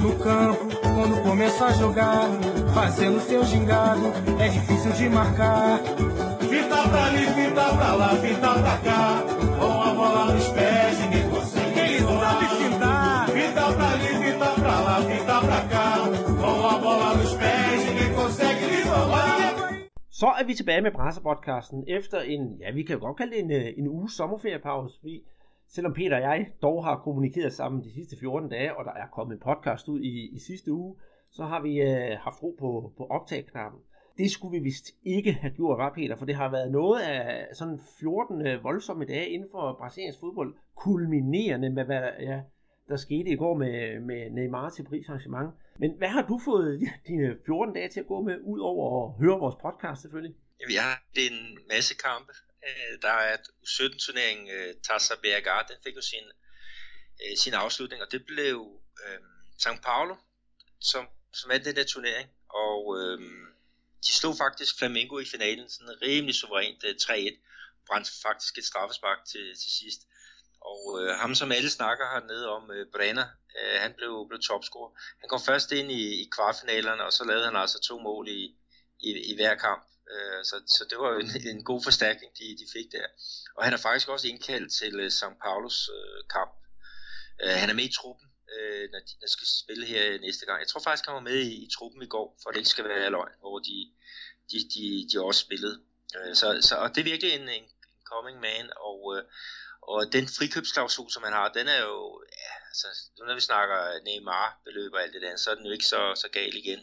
No campo, quando começa a jogar, fazendo seu gingado, é difícil de marcar. Fita pra ali, fita pra lá, fita pra cá, com a bola nos pés, ninguém consegue. Ele sabe fintar. Fita pra ali, fita pra lá, fita pra cá, com a bola nos pés, ninguém consegue lhe roubar. Så er vi tilbage med Brasser-podcasten efter en, ja, vi kan godt kalde det en uges sommerferiepause, fordi selvom Peter og jeg dog har kommunikeret sammen de sidste 14 dage, og der er kommet en podcast ud i sidste uge, så har vi haft ro på optagknappen. Det skulle vi vist ikke have gjort, var Peter, for det har været noget af sådan 14 voldsomme dage inden for brasiliansk fodbold, kulminerende med, hvad der skete i går med Neymar til Paris Saint-Germain. Men hvad har du fået dine 14 dage til at gå med, ud over at høre vores podcast selvfølgelig? Vi har en masse kampe. Der er et U17-turnering, Taça BH, den fik jo sin afslutning, og det blev São Paulo, som vandt den der turnering, og de slog faktisk Flamengo i finalen, sådan rimelig suverænt 3-1, brændte faktisk et straffespark til sidst. Og ham, som alle snakker hernede om, Brenner, han blev topscorer. Han kom først ind i kvartfinalerne, og så lavede han altså 2 mål i hver kamp. Så det var jo en god forstærkning, de fik der. Og han er faktisk også indkaldt til São Paulos kamp. Han er med i truppen, når de skal spille her næste gang. Jeg tror faktisk, han var med i truppen i går, for det ikke skal være løgn, hvor de også spillede. Og det er virkelig en coming man, og den frikøbsklausul, som han har, den er jo, ja, altså, når vi snakker Neymar-beløb og alt det der, så er den jo ikke så gal igen.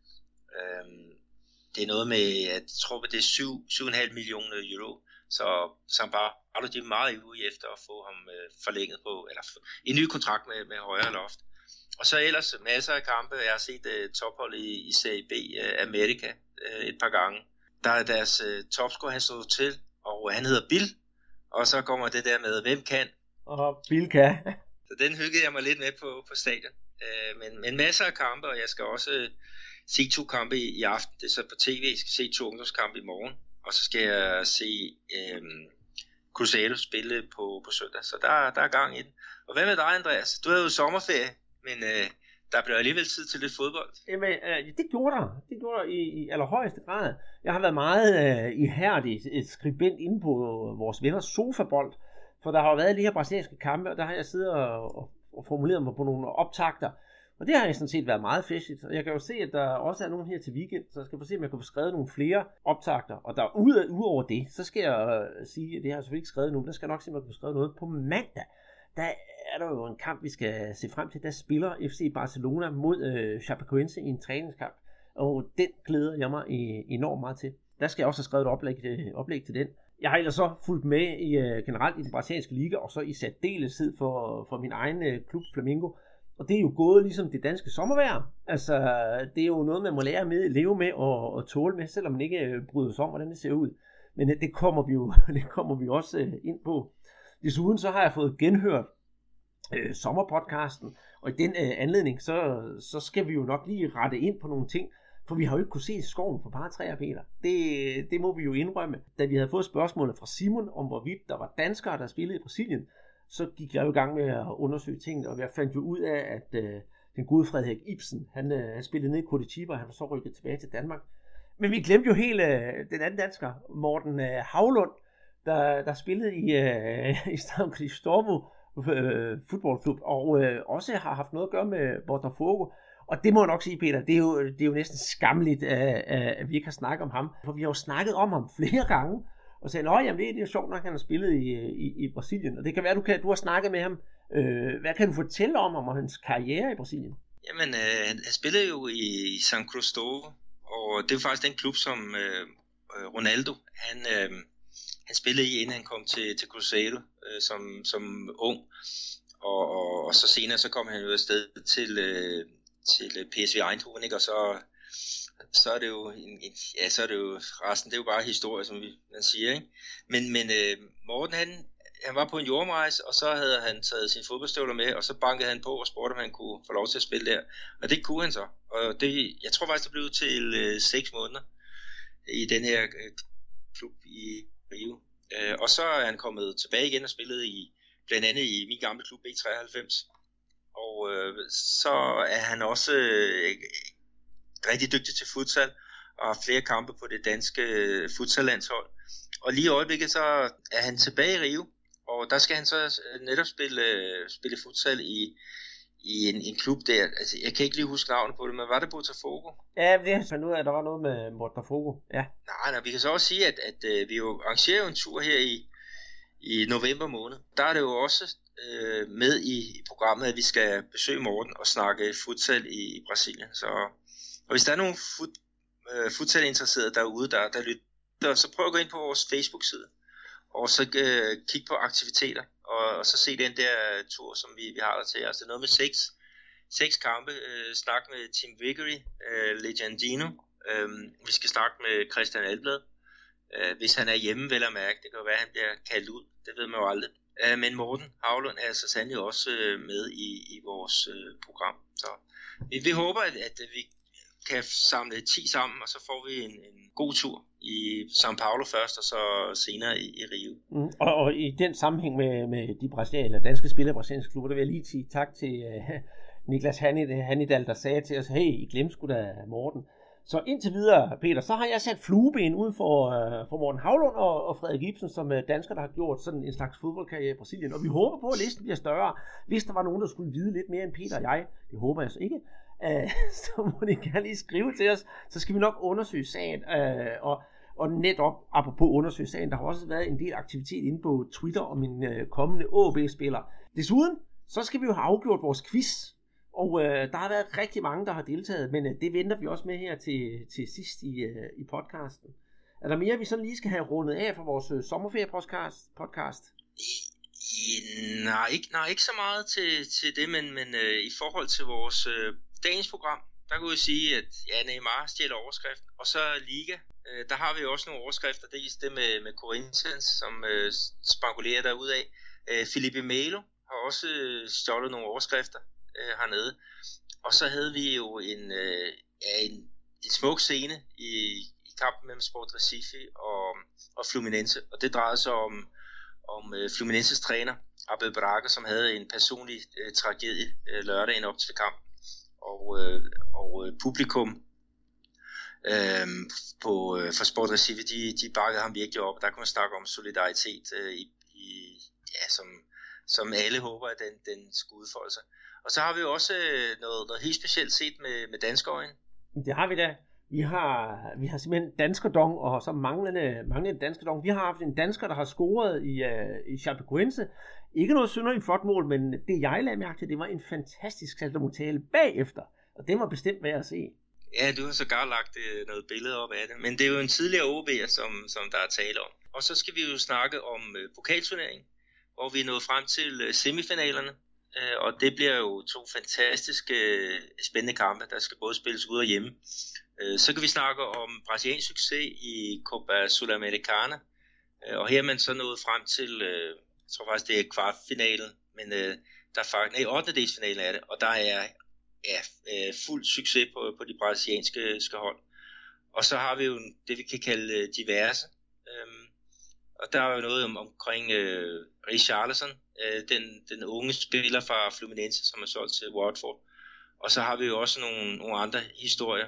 Det er noget med, jeg tror, det er 7,5 millioner euro, så São Paulo, de er meget ivrige efter at få ham forlænget på, eller en ny kontrakt med højere loft. Og så ellers masser af kampe. Jeg har set tophold i Serie B Amerika et par gange. Der er deres topscorer, han stod til, og han hedder Bill. Og så kommer det der med, hvem kan? Og Bill kan. Så den hyggede jeg mig lidt med på stadion. Men masser af kampe, og jeg skal også se 2 kampe i aften. Det er så på tv. Jeg skal se 2 ungdomskampe i morgen. Og så skal jeg se Cruzeiro spille på søndag. Så der er gang i den. Og hvad med dig, Andreas? Du havde jo sommerferie, men der blev alligevel tid til lidt fodbold. Jamen, det gjorde der. Det gjorde der i allerhøjeste grad. Jeg har været meget ihærdig skribent inde på vores venners sofabold, for der har jo været de her brasilianske kampe, og der har jeg siddet og formuleret mig på nogle optakter. Og det har jeg sådan set været meget festligt. Og jeg kan jo se, at der også er nogen her til weekend, så jeg skal få se, om jeg kan få skrevet nogle flere optakter. Og der udover det, så skal jeg sige, at det har jeg selvfølgelig ikke skrevet nu, men der skal jeg nok se, om jeg kan få skrevet noget på mandag. Der er der jo en kamp, vi skal se frem til. Der spiller FC Barcelona mod Chapecoense i en træningskamp. Og den glæder jeg mig enormt meget til. Der skal jeg også have skrevet et oplæg til den. Jeg har ellers så fulgt med generelt i den brasilianske liga, og så i særdeleshed for min egen klub Flamengo. Og det er jo gået ligesom det danske sommervejr. Altså, det er jo noget, man må lære med, leve med og tåle med, selvom man ikke bryder sig om, hvordan det ser ud. Men det kommer vi også ind på. Desuden så har jeg fået genhørt sommerpodcasten, og i den anledning, så skal vi jo nok lige rette ind på nogle ting, for vi har jo ikke kunne se skoven for bare træer, Peter. Det må vi jo indrømme. Da vi havde fået spørgsmålet fra Simon om, hvorvidt der var danskere, der spillede i Brasilien, så gik jeg jo i gang med at undersøge tingene, og jeg fandt jo ud af, at den gode Frederik Ibsen, han spillede ned i Curitiba, og han var så rykket tilbage til Danmark. Men vi glemte jo helt den anden dansker, Morten Havlund, der spillede i São Cristóvão fodboldklub, og også har haft noget at gøre med Botafogo. Og det må jeg nok sige, Peter, det er jo næsten skamligt, at vi ikke har snakket om ham. For vi har jo snakket om ham flere gange, og sagde, jamen det er jo sjovt nok, han har spillet i Brasilien. Og det kan være, du har snakket med ham. Hvad kan du fortælle om hans karriere i Brasilien? Jamen, han spillede jo i São Cristóvão, og det er jo faktisk den klub, som Ronaldo, han spillede i, inden han kom til Cruzeiro som ung. Og så senere, så kom han jo afsted til PSV Eindhoven, ikke? Og så er det jo så er det jo resten, det er jo bare historie, som man siger, ikke? Men Morten, han var på en jordomrejse, og så havde han taget sine fodboldstøvler med, og så bankede han på og spurgte, om han kunne få lov til at spille der. Og det kunne han så. Og jeg tror faktisk, det blev til 6 måneder i den her klub i Rio. Og så er han kommet tilbage igen og spillet blandt andet i min gamle klub B93. og så er han også rigtig dygtig til futsal, og har flere kampe på det danske futsallandshold. Og lige i øjeblikket så er han tilbage i Rio, og der skal han så netop spille futsal i en klub der. Altså, jeg kan ikke lige huske navnet på det, men var det Botafogo? Ja, det fandt ud af, at der var noget med Botafogo, ja. Nej, vi kan så også sige, at vi jo arrangerer en tur her i november måned. Der er det jo også med i programmet, at vi skal besøge Morten og snakke futsal i Brasilien. Så, og hvis der er nogle futsalinteresserede derude, der lytter, så prøv at gå ind på vores Facebook-side, og så kig på aktiviteter, og så se den der tur, som vi har der til. Altså noget med seks kampe, snak med Tim Vickery, Legendino, vi skal snakke med Christian Alblad, hvis han er hjemme, vel at mærke. Det kan jo være, at han bliver kaldt ud, det ved man jo aldrig. Men Morten Haglund er så sandelig også med i vores program. Så vi håber, at vi kan samle 10 sammen, og så får vi en god tur i São Paulo først, og så senere i Rio. Og i den sammenhæng med de danske spillere i brasilianske klubber, der vil jeg lige sige tak til Niklas Hannidal, der sagde til os, hey, I glemte sgu da Morten. Så indtil videre, Peter, så har jeg sat flueben ud for Morten Haglund og Frederik Ibsen, som danskere, der har gjort sådan en slags fodboldkarriere i Brasilien. Og vi håber på, at listen bliver større. Hvis der var nogen, der skulle vide lidt mere end Peter og jeg, det håber jeg så ikke, så må de gerne lige skrive til os. Så skal vi nok undersøge sagen. Og netop, apropos undersøge sagen, der har også været en del aktivitet inde på Twitter om en kommende AaB-spiller. Desuden, så skal vi jo have afgjort vores quiz. Og der har været rigtig mange, der har deltaget, men det venter vi også med her til sidst i podcasten. Er der mere, vi sådan lige skal have rundet af for vores sommerferie-podcast? Nej, ikke så meget til det, men i forhold til vores dagens program, der kan vi sige, at Neymar stjæler overskriften, og så Liga. Der har vi jo også nogle overskrifter, det med Corinthians, som spangulerer derudad. Felipe Melo har også stjålet nogle overskrifter hernede. Og så havde vi jo en smuk scene i kampen mellem Sport Recife og Fluminense, og det drejede sig om Fluminenses træner Abel Braga, som havde en personlig tragedie lørdagen op til kampen, og publikum for Sport Recife, de bakkede ham virkelig op. Der kunne man snakke om solidaritet som alle håber, at den skulle udfolde sig. Og så har vi jo også noget helt specielt set med danske øjne. Det har vi da. Vi har simpelthen danskerdong, og så manglende danskerdong. Vi har haft en dansker, der har scoret i Chapecoense. Ikke noget synderligt flot mål, men det jeg lagde mærke til, det var en fantastisk saltomortale bagefter. Og det var bestemt værd at se. Ja, du har sågar lagt noget billede op af det. Men det er jo en tidligere OB'er, som der er tale om. Og så skal vi jo snakke om pokalturneringen, hvor vi er nået frem til semifinalerne. Og det bliver jo 2 fantastiske spændende kampe, der skal både spilles ude og hjemme. Så kan vi snakke om brasiliansk succes i Copa Sul-Americana, og her er man så nået frem til, jeg tror faktisk det er kvartfinalen, men der er faktisk, 8. er det, og der er fuld succes på de brasilianske hold. Og så har vi jo det vi kan kalde diverse, og der er jo noget omkring Richarlison, den unge spiller fra Fluminense, som er solgt til Watford. Og så har vi jo også nogle andre historier,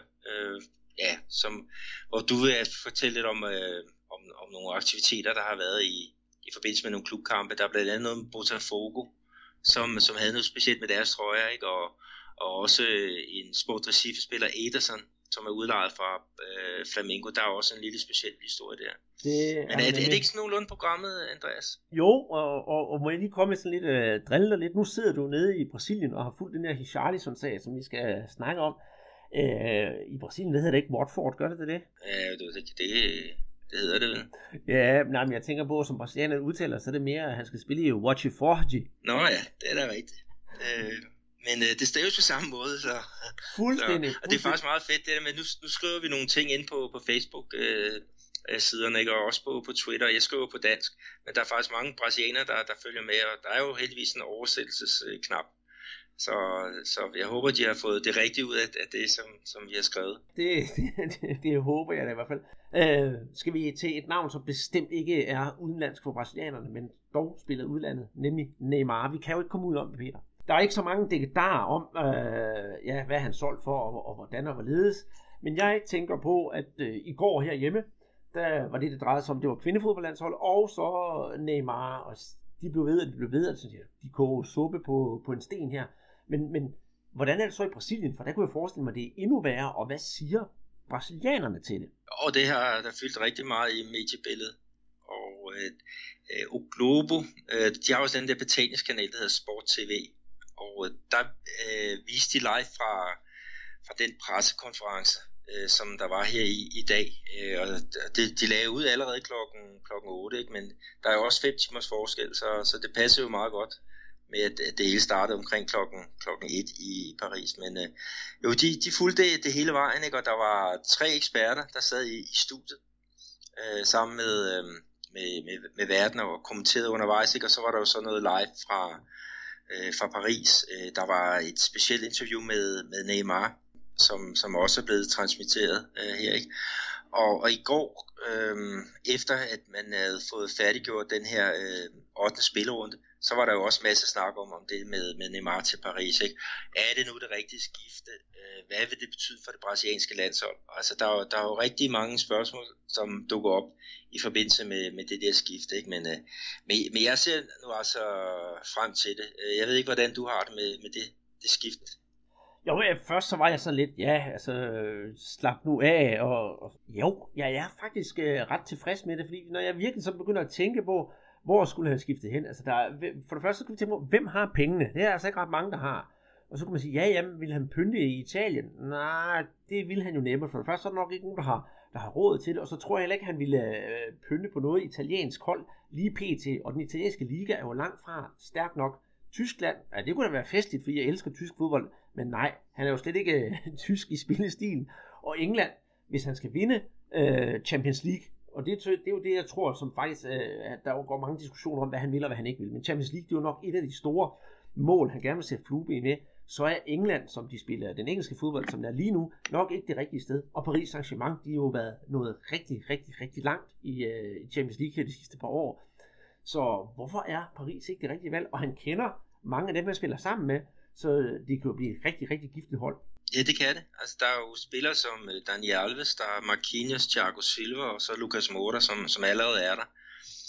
hvor du vil fortælle lidt om nogle aktiviteter, der har været i forbindelse med nogle klubkampe. Der er blandt andet noget med Botafogo, som havde noget specielt med deres trøjer, ikke? Og også en Sport Recife-spiller, Ederson, som er udlejet fra Flamengo. Der er også en lille speciel historie der. Men er det ikke sådan nogenlunde programmet, Andreas? Jo, og må jeg lige komme med sådan lidt drille dig lidt. Nu sidder du nede i Brasilien og har fulgt den her Richarlison-sag, som vi skal snakke om. I Brasilien, det hedder det ikke Watford, gør det det? Det hedder det vel. Ja, men jeg tænker på, som brasilianerne udtaler, så er det mere, at han skal spille i Watford. Nå ja, det er da rigtigt. Men det staves på samme måde, så. Fuldstændig. Og det er faktisk meget fedt, det der med, nu skriver vi nogle ting ind på Facebook siderne, ikke? Og også på Twitter. Jeg skriver på dansk, men der er faktisk mange brasilianere, der følger med, og der er jo heldigvis en oversættelsesknap. Så jeg håber, de har fået det rigtige ud af det, som vi har skrevet. Det håber jeg da i hvert fald. Skal vi til et navn, som bestemt ikke er udenlandsk for brasilianerne, men dog spiller udlandet, nemlig Neymar. Vi kan jo ikke komme ud om det, Peter. Der er ikke så mange detaljer om, hvad han solgte for, og hvordan og hvorledes. Men jeg tænker på, at i går herhjemme, der var det drejede sig om, det var kvindefodboldlandshold, og så Neymar, og de blev ved, altså, de kogede suppe på en sten her. Men hvordan er det så i Brasilien? For der kunne jeg forestille mig, at det er endnu værre, og hvad siger brasilianerne til det? Og det har der fyldt rigtig meget i mediebilledet. Og O Globo, de har også den der betalingskanal, kanal, der hedder Sport TV. Og der viste de live fra den pressekonference, som der var her i dag. Og de lagde ud allerede klokken 8, ikke? Men der er jo også 5 timers forskel, så det passer jo meget godt med, at det hele startede omkring klokken 1 i Paris. Men jo, de fulgte det hele vejen, ikke? Og der var 3 eksperter, der sad i studiet sammen med verden og kommenterede undervejs, ikke? Og så var der jo så noget live fra Paris. Der var et specielt interview med Neymar, som også er blevet transmitteret her, ikke? Og i går, efter at man havde fået færdiggjort den her 8. spillerunde, så var der jo også masser snak om det med Neymar til Paris, ikke? Er det nu det rigtige skifte? Hvad vil det betyde for det brasilianske landshold? Altså, der er jo rigtig mange spørgsmål, som dukker op i forbindelse med det der skifte, ikke? Men jeg ser nu altså frem til det. Jeg ved ikke, hvordan du har det med det skifte. Jo, først så var jeg sådan lidt, slap nu af, og jo, jeg er faktisk ret tilfreds med det, fordi når jeg virkelig så begynder at tænke på, hvor skulle han skiftet hen, altså for det første så kan vi tænke på, hvem har pengene? Det er altså ikke ret mange, der har. Og så kan man sige, jamen, vil han pynte i Italien? Nej, det vil han jo næppe. For det første så er der nok ikke nogen, der har råd til det, og så tror jeg heller ikke, han ville pynte på noget italiensk hold lige pt. Og den italienske liga er jo langt fra stærk nok. Tyskland, det kunne da være festligt, fordi jeg elsker tysk fodbold, men nej, han er jo slet ikke tysk i spillestilen. Og England, hvis han skal vinde Champions League, og det er jo det, jeg tror, som faktisk, at der går mange diskussioner om, hvad han vil og hvad han ikke vil. Men Champions League, det er jo nok et af de store mål, han gerne vil sætte flueben med. Så er England, som de spiller den engelske fodbold, som der er lige nu, nok ikke det rigtige sted. Og Paris Saint-Germain, de har jo været noget rigtig, rigtig, rigtig langt i Champions League her de sidste par år. Så hvorfor er Paris ikke det rigtige valg? Og han kender mange af dem, han spiller sammen med, så det kan jo blive et rigtig, rigtig giftigt hold. Ja, det kan det. Altså, der er jo spillere som Dani Alves, der er Marquinhos, Thiago Silva og så Lucas Moura, som allerede er der.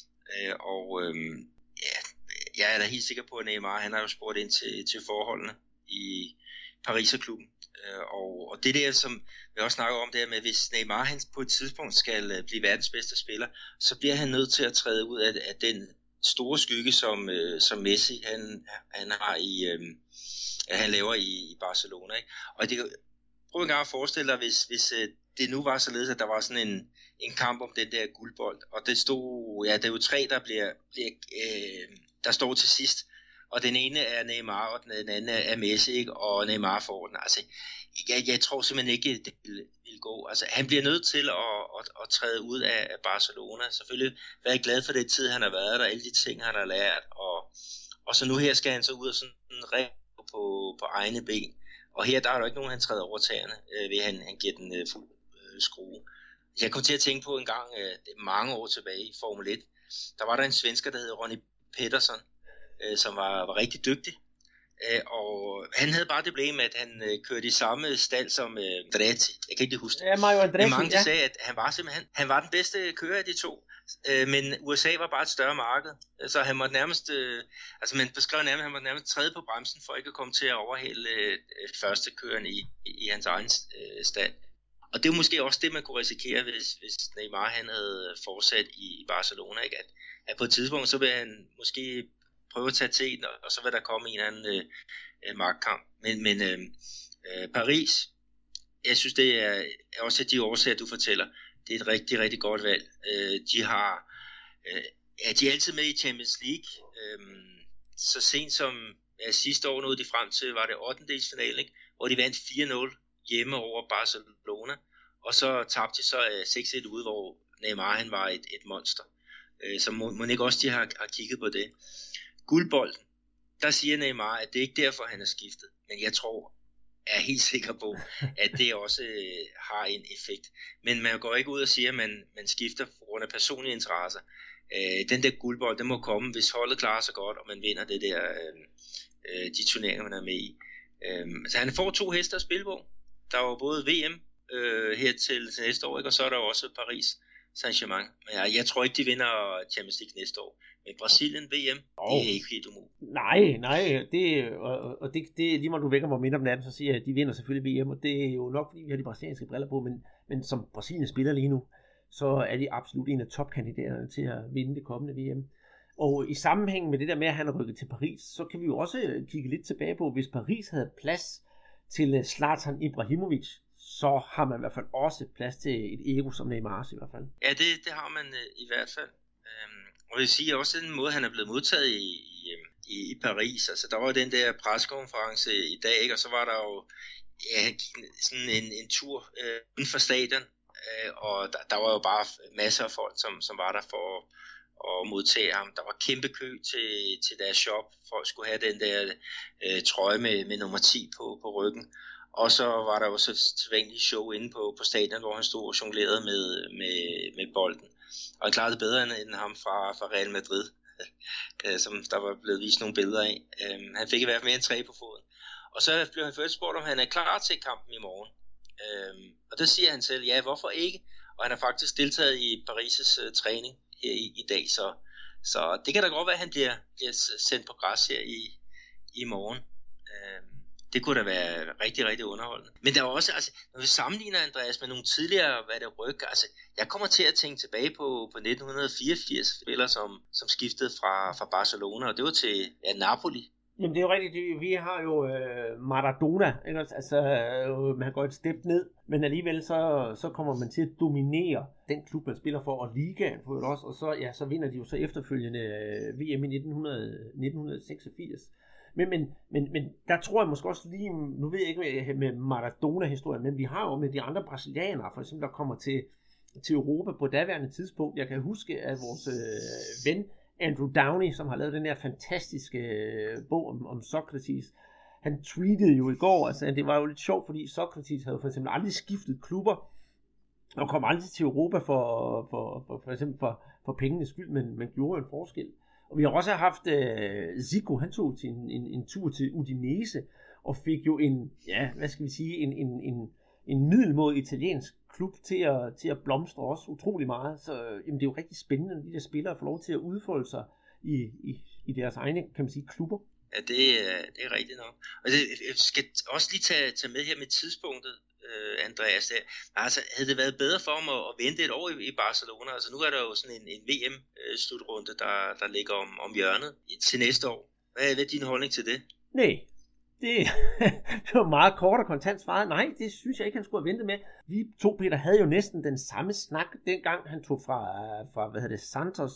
Jeg er da helt sikker på, at Neymar, han har jo spurgt ind til forholdene i Pariserklubben. Og det der, som vi også snakker om, det er med, hvis Neymar han på et tidspunkt skal blive verdens bedste spiller, så bliver han nødt til at træde ud af den store skygge, som Messi han har han laver i Barcelona, ikke? Og prøv en gang at forestille dig, hvis det nu var således, at der var sådan en kamp om den der guldbold, og det stod, det er jo 3, der står til sidst, og den ene er Neymar, og den anden er Messi, ikke? Og Neymar får den. Altså, jeg tror simpelthen ikke, det vil gå. Altså, han bliver nødt til at træde ud af Barcelona. Selvfølgelig være glad for det tid, han har været der, alle de ting, han har lært, og så nu her skal han så ud og sådan på egne ben. Og her der er der ikke nogen, han træder over tæerne, ved han giver den fuld skrue. Jeg kom til at tænke på en gang, mange år tilbage i Formel 1, der var der en svensker, der hed Ronnie Peterson, som var rigtig dygtig. Og han havde bare det problem, at han kørte i samme stald som Andretti. Jeg kan ikke huske det. Ja, Mario Andretti, men mange sagde, at han var den bedste kører af de to. Men USA var bare et større marked. Så han måtte nærmest, man beskrev nærmest, at han måtte nærmest træde på bremsen, for ikke at komme til at overhale første køren i hans egen stald. Og det er måske også det, man kunne risikere, hvis Neymar han havde fortsat i Barcelona. Ikke? At på et tidspunkt, så vil han måske prøve at tage teten, og så vil der komme en eller anden magtkamp. Men Paris, jeg synes, det er også de årsager, du fortæller. Det er et rigtig, rigtig godt valg. De er altid med i Champions League. Så sent som sidste år nåede de frem til, var det 8. ikke? Hvor de vandt 4-0 hjemme over Barcelona. Og så tabte de så 6-1 ude, hvor Neymar han var et monster. Så må ikke også de har kigget på det. Guldbolden, der siger Neymar, at det ikke er derfor, han er skiftet. Men jeg er helt sikker på, at det også har en effekt. Men man går ikke ud og siger, at man skifter på grund af personlige interesser. Den der guldbold, den må komme, hvis holdet klarer sig godt, og man vinder det der de turneringer, man er med i. Så han får 2 heste at spille på. Der var både VM her til næste år, ikke? Og så er der også Paris Saint-Germain. Men jeg tror ikke, de vinder Champions League næste år. Men Brasilien VM, det er ikke helt umuligt. Nej, det lige når du vækker mig mindre om natten, så siger jeg, at de vinder selvfølgelig VM, og det er jo nok, fordi vi har de brasilianske briller på, men som Brasilien spiller lige nu, så er de absolut en af topkandidaterne til at vinde det kommende VM. Og i sammenhæng med det der med, at han er rykket til Paris, så kan vi jo også kigge lidt tilbage på, hvis Paris havde plads til Zlatan Ibrahimovic, så har man i hvert fald også plads til et ego som Neymar i hvert fald. Ja, det har man i hvert fald. Og jeg vil sige også den måde, han er blevet modtaget i Paris. Altså, der var den der pressekonference i dag, ikke? Og så var der jo sådan en tur uden for stadion, og der var jo bare masser af folk, som var der for at modtage ham. Der var kæmpe kø til deres shop. Folk skulle have den der trøje med nummer 10 på ryggen. Og så var der jo så et show inde på stadion, hvor han stod og jonglerede med bolden. Og han klarede det bedre end ham fra Real Madrid, som der var blevet vist nogle billeder af. Han fik i hvert fald mere end 3 på foden. Og så blev han først spurgt, om han er klar til kampen i morgen. Og der siger han selv, ja, hvorfor ikke? Og han har faktisk deltaget i Paris' træning her i dag. Så det kan da godt være, at han bliver sendt på græs her i morgen. Det kunne da være rigtig, rigtig underholdende. Men der er også, altså, når vi sammenligner Andreas med nogle tidligere ryg, altså, jeg kommer til at tænke tilbage på 1984 spillere, som skiftede fra Barcelona, og det var til Napoli. Jamen det er jo rigtigt, vi har jo Maradona, ikke? Altså man går et step ned, men alligevel så kommer man til at dominere den klub, man spiller for, og ligaen for også, og så vinder de jo så efterfølgende VM i 1986. Men der tror jeg måske også lige, nu ved jeg ikke med Maradona-historien, men vi har jo med de andre brasilianere, for eksempel, der kommer til Europa på daværende tidspunkt. Jeg kan huske, at vores ven Andrew Downey, som har lavet den her fantastiske bog om Socrates, han tweetede jo i går, altså det var jo lidt sjovt, fordi Socrates havde for eksempel aldrig skiftet klubber, og kom aldrig til Europa for eksempel for pengenes skyld, men gjorde en forskel. Og vi har også haft Zico, han tog til en tur til Udinese, og fik jo en middelmådig italiensk klub til at blomstre også utrolig meget. Så jamen, det er jo rigtig spændende, når de der spillere får lov til at udfolde sig i deres egne, kan man sige, klubber. Ja, det er rigtigt nok. Og jeg skal også lige tage med her med tidspunktet, Andreas. Altså, havde det været bedre for ham at vente et år i Barcelona? Altså, nu er der jo sådan en VM-slutrunde, der ligger om hjørnet til næste år. Hvad er din holdning til det? Nej, det var meget kort og kontant svaret. Nej, det synes jeg ikke, han skulle have ventet med. Vi to, Peter, havde jo næsten den samme snak, dengang han tog fra Santos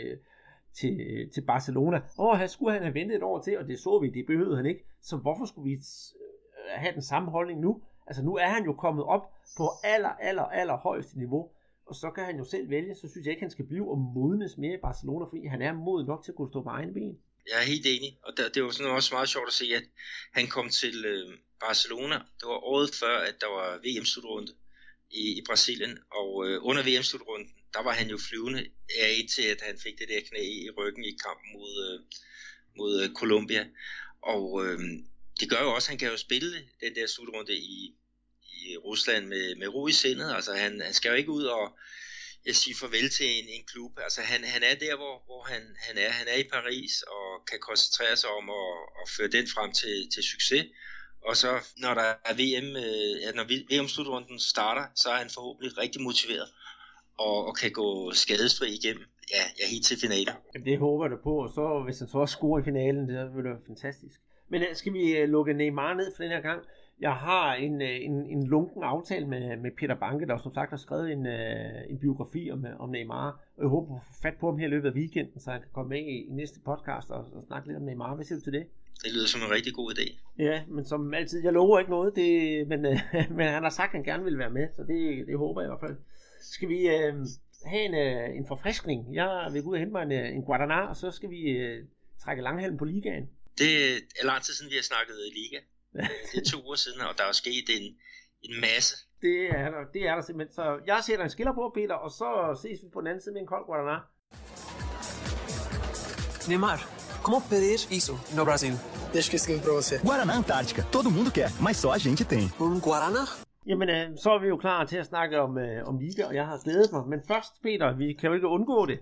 til Barcelona. Her skulle han have ventet et år til, og det så vi, det behøvede han ikke. Så hvorfor skulle vi have den samme holdning nu? Altså nu er han jo kommet op på aller højeste niveau, og så kan han jo selv vælge. Så synes jeg ikke, han skal blive og modnes mere i Barcelona, fordi han er moden nok til at kunne stå på egne ben. Jeg er helt enig, og det var sådan også meget sjovt at se, at han kom til Barcelona. Det var året før, at der var VM-slutrunde i Brasilien, og under VM-slutrunden, der var han jo flyvende indtil, at han fik det der knæ i ryggen i kampen mod Colombia. Og det gør jo også, at han kan jo spille den der slutrunde i Rusland med ro i sindet. Altså han skal jo ikke ud og sige farvel til en klub. Altså han er der, hvor han er. Han er i Paris og kan koncentrere sig om at føre den frem til succes. Og så når der er når VM-slutrunden starter, så er han forhåbentlig rigtig motiveret og kan gå skadesfri igennem. Ja, helt til finalen. Det håber jeg da på, og så hvis han så også scorer i finalen, det vil det være fantastisk. Men skal vi lukke Neymar ned for den her gang? Jeg har en lunken aftale med Peter Banke, der som sagt har skrevet en biografi om Neymar, og jeg håber at få fat på ham her i løbet af weekenden, så han kan komme med i næste podcast og snakke lidt om Neymar. Hvad siger du til det? Det lyder som en rigtig god idé. Ja, men som altid, jeg lover ikke noget, men han har sagt, at han gerne vil være med, så det håber jeg i hvert fald. Skal vi have en forfriskning? Jeg vil gå ud og hente mig en Guaraná, og så skal vi trække langhalm på ligaen. Det er lang tid siden, vi har snakket liga. Det er 2 uger siden, og der er sket en masse. Det er der simpelthen. Så jeg sætter en skiller på, Peter, og så ses vi på den anden side med en kold Guaraná. Neymar, ¿cómo pedir eso no Brasil? Deixa que eu escrevo pra você. Guaraná Antártica. Todo mundo quer, mas só a gente tem. Guaraná? Jamen, så er vi jo klar til at snakke om liga, og jeg har glædet mig. Men først, Peter, vi kan jo ikke undgå det.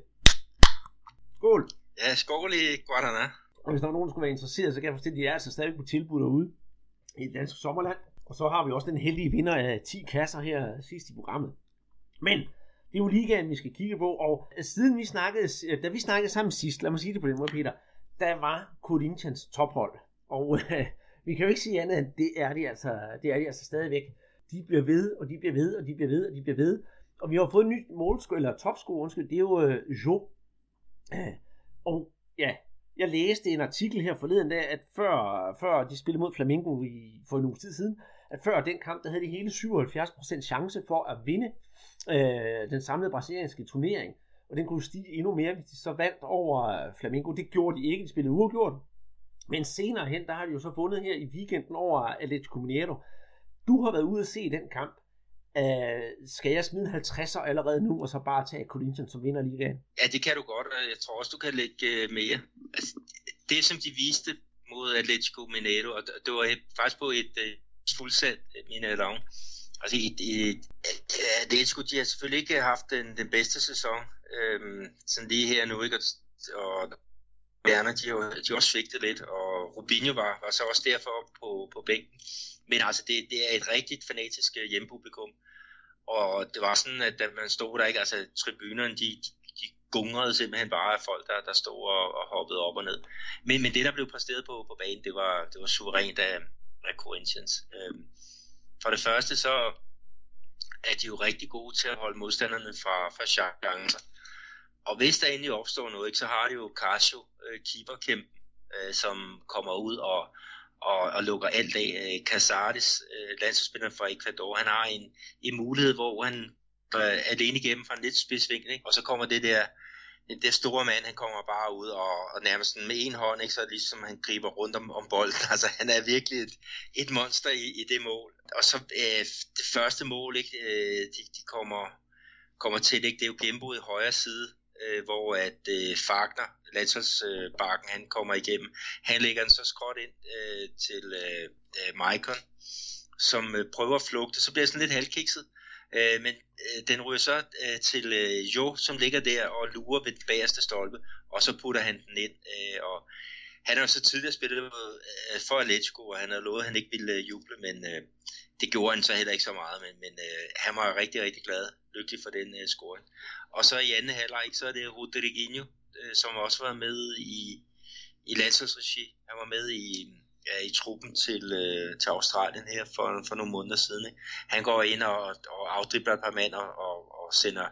Skål! Ja, skål i Guaraná. Og hvis der er nogen, der skulle være interesseret, så kan jeg forstå, at de er altså stadig på tilbud derude i det danske sommerland. Og så har vi også den heldige vinder af 10 kasser her sidst i programmet. Men det er jo ligaen, vi skal kigge på, og siden da vi snakkede sammen sidst, lad mig sige det på den måde, Peter, der var Corinthians tophold. Og vi kan jo ikke sige andet, end det er de altså stadigvæk. De bliver ved, og de bliver ved, og de bliver ved, og de bliver ved. Og vi har fået en ny topscorer, det er jo Jo. Og ja, jeg læste en artikel her forleden dag, at før de spillede mod Flamengo for en uge tid siden, at før den kamp, der havde de hele 77% chance for at vinde den samlede brasilianske turnering. Og den kunne stige endnu mere, hvis de så vandt over Flamengo. Det gjorde de ikke, de spillede uafgjort. Men senere hen, der har de jo så vundet her i weekenden over Atlético Mineiro. Du har været ude at se den kamp. Skal jeg smide 50'er allerede nu, og så bare tage Corinthians som vinder ligaen? Ja, det kan du godt, og jeg tror også, du kan lægge mere. Altså, det, som de viste mod Atlético Mineiro, og det var faktisk på et fuldsat Mineirão. Altså, Atlético, de har selvfølgelig ikke haft den bedste sæson, sådan lige her nu, ikke? Og Werner, de har også svigtet lidt, og Rubinho var så også derfor på bænken. Men altså, det er et rigtigt fanatisk hjemmepublikum. Og det var sådan, at da man stod der, ikke, altså tribunerne, de gungrede simpelthen bare af folk, der stod og hoppede op og ned. Men det, der blev præsteret på banen, det var suverænt af Corinthians. For det første, så er de jo rigtig gode til at holde modstanderne fra chancer. Og hvis der endelig opstår noget, ikke, så har de jo Casio, keeperkæmpen, som kommer ud og lukker alt af. Casares, landsholdsspilleren fra Ecuador, han har en mulighed, hvor han går alene igennem fra en lidt spidsvinkel, ikke? Og så kommer det store mand, han kommer bare ud og nærmest med en hånd, ikke? Så ligesom han griber rundt om bolden. Altså han er virkelig et monster i det mål. Og så det første mål, ikke? De kommer til, ikke? Det er jo gennembrud i højre side, hvor at Fagner, landsholdsbakken, han kommer igennem. Han lægger den så skråt ind til Maicon, som prøver at flugte. Så bliver det sådan lidt halvkikset. Men den ryger så til Jo, som ligger der og lurer ved den bagerste stolpe, og så putter han den ind. Og han har jo så tidligere spillet for Atletico, og han havde lovet, at han ikke ville juble, men det gjorde han så heller ikke så meget. Men han var rigtig, rigtig glad, lykkelig for den scoring. Og så i anden halvleg, så er det Rodriguinho, som også var med i landsholdsregi. Han var med i truppen til Australien her for nogle måneder siden. Ikke? Han går ind og afdribler et par mand og sender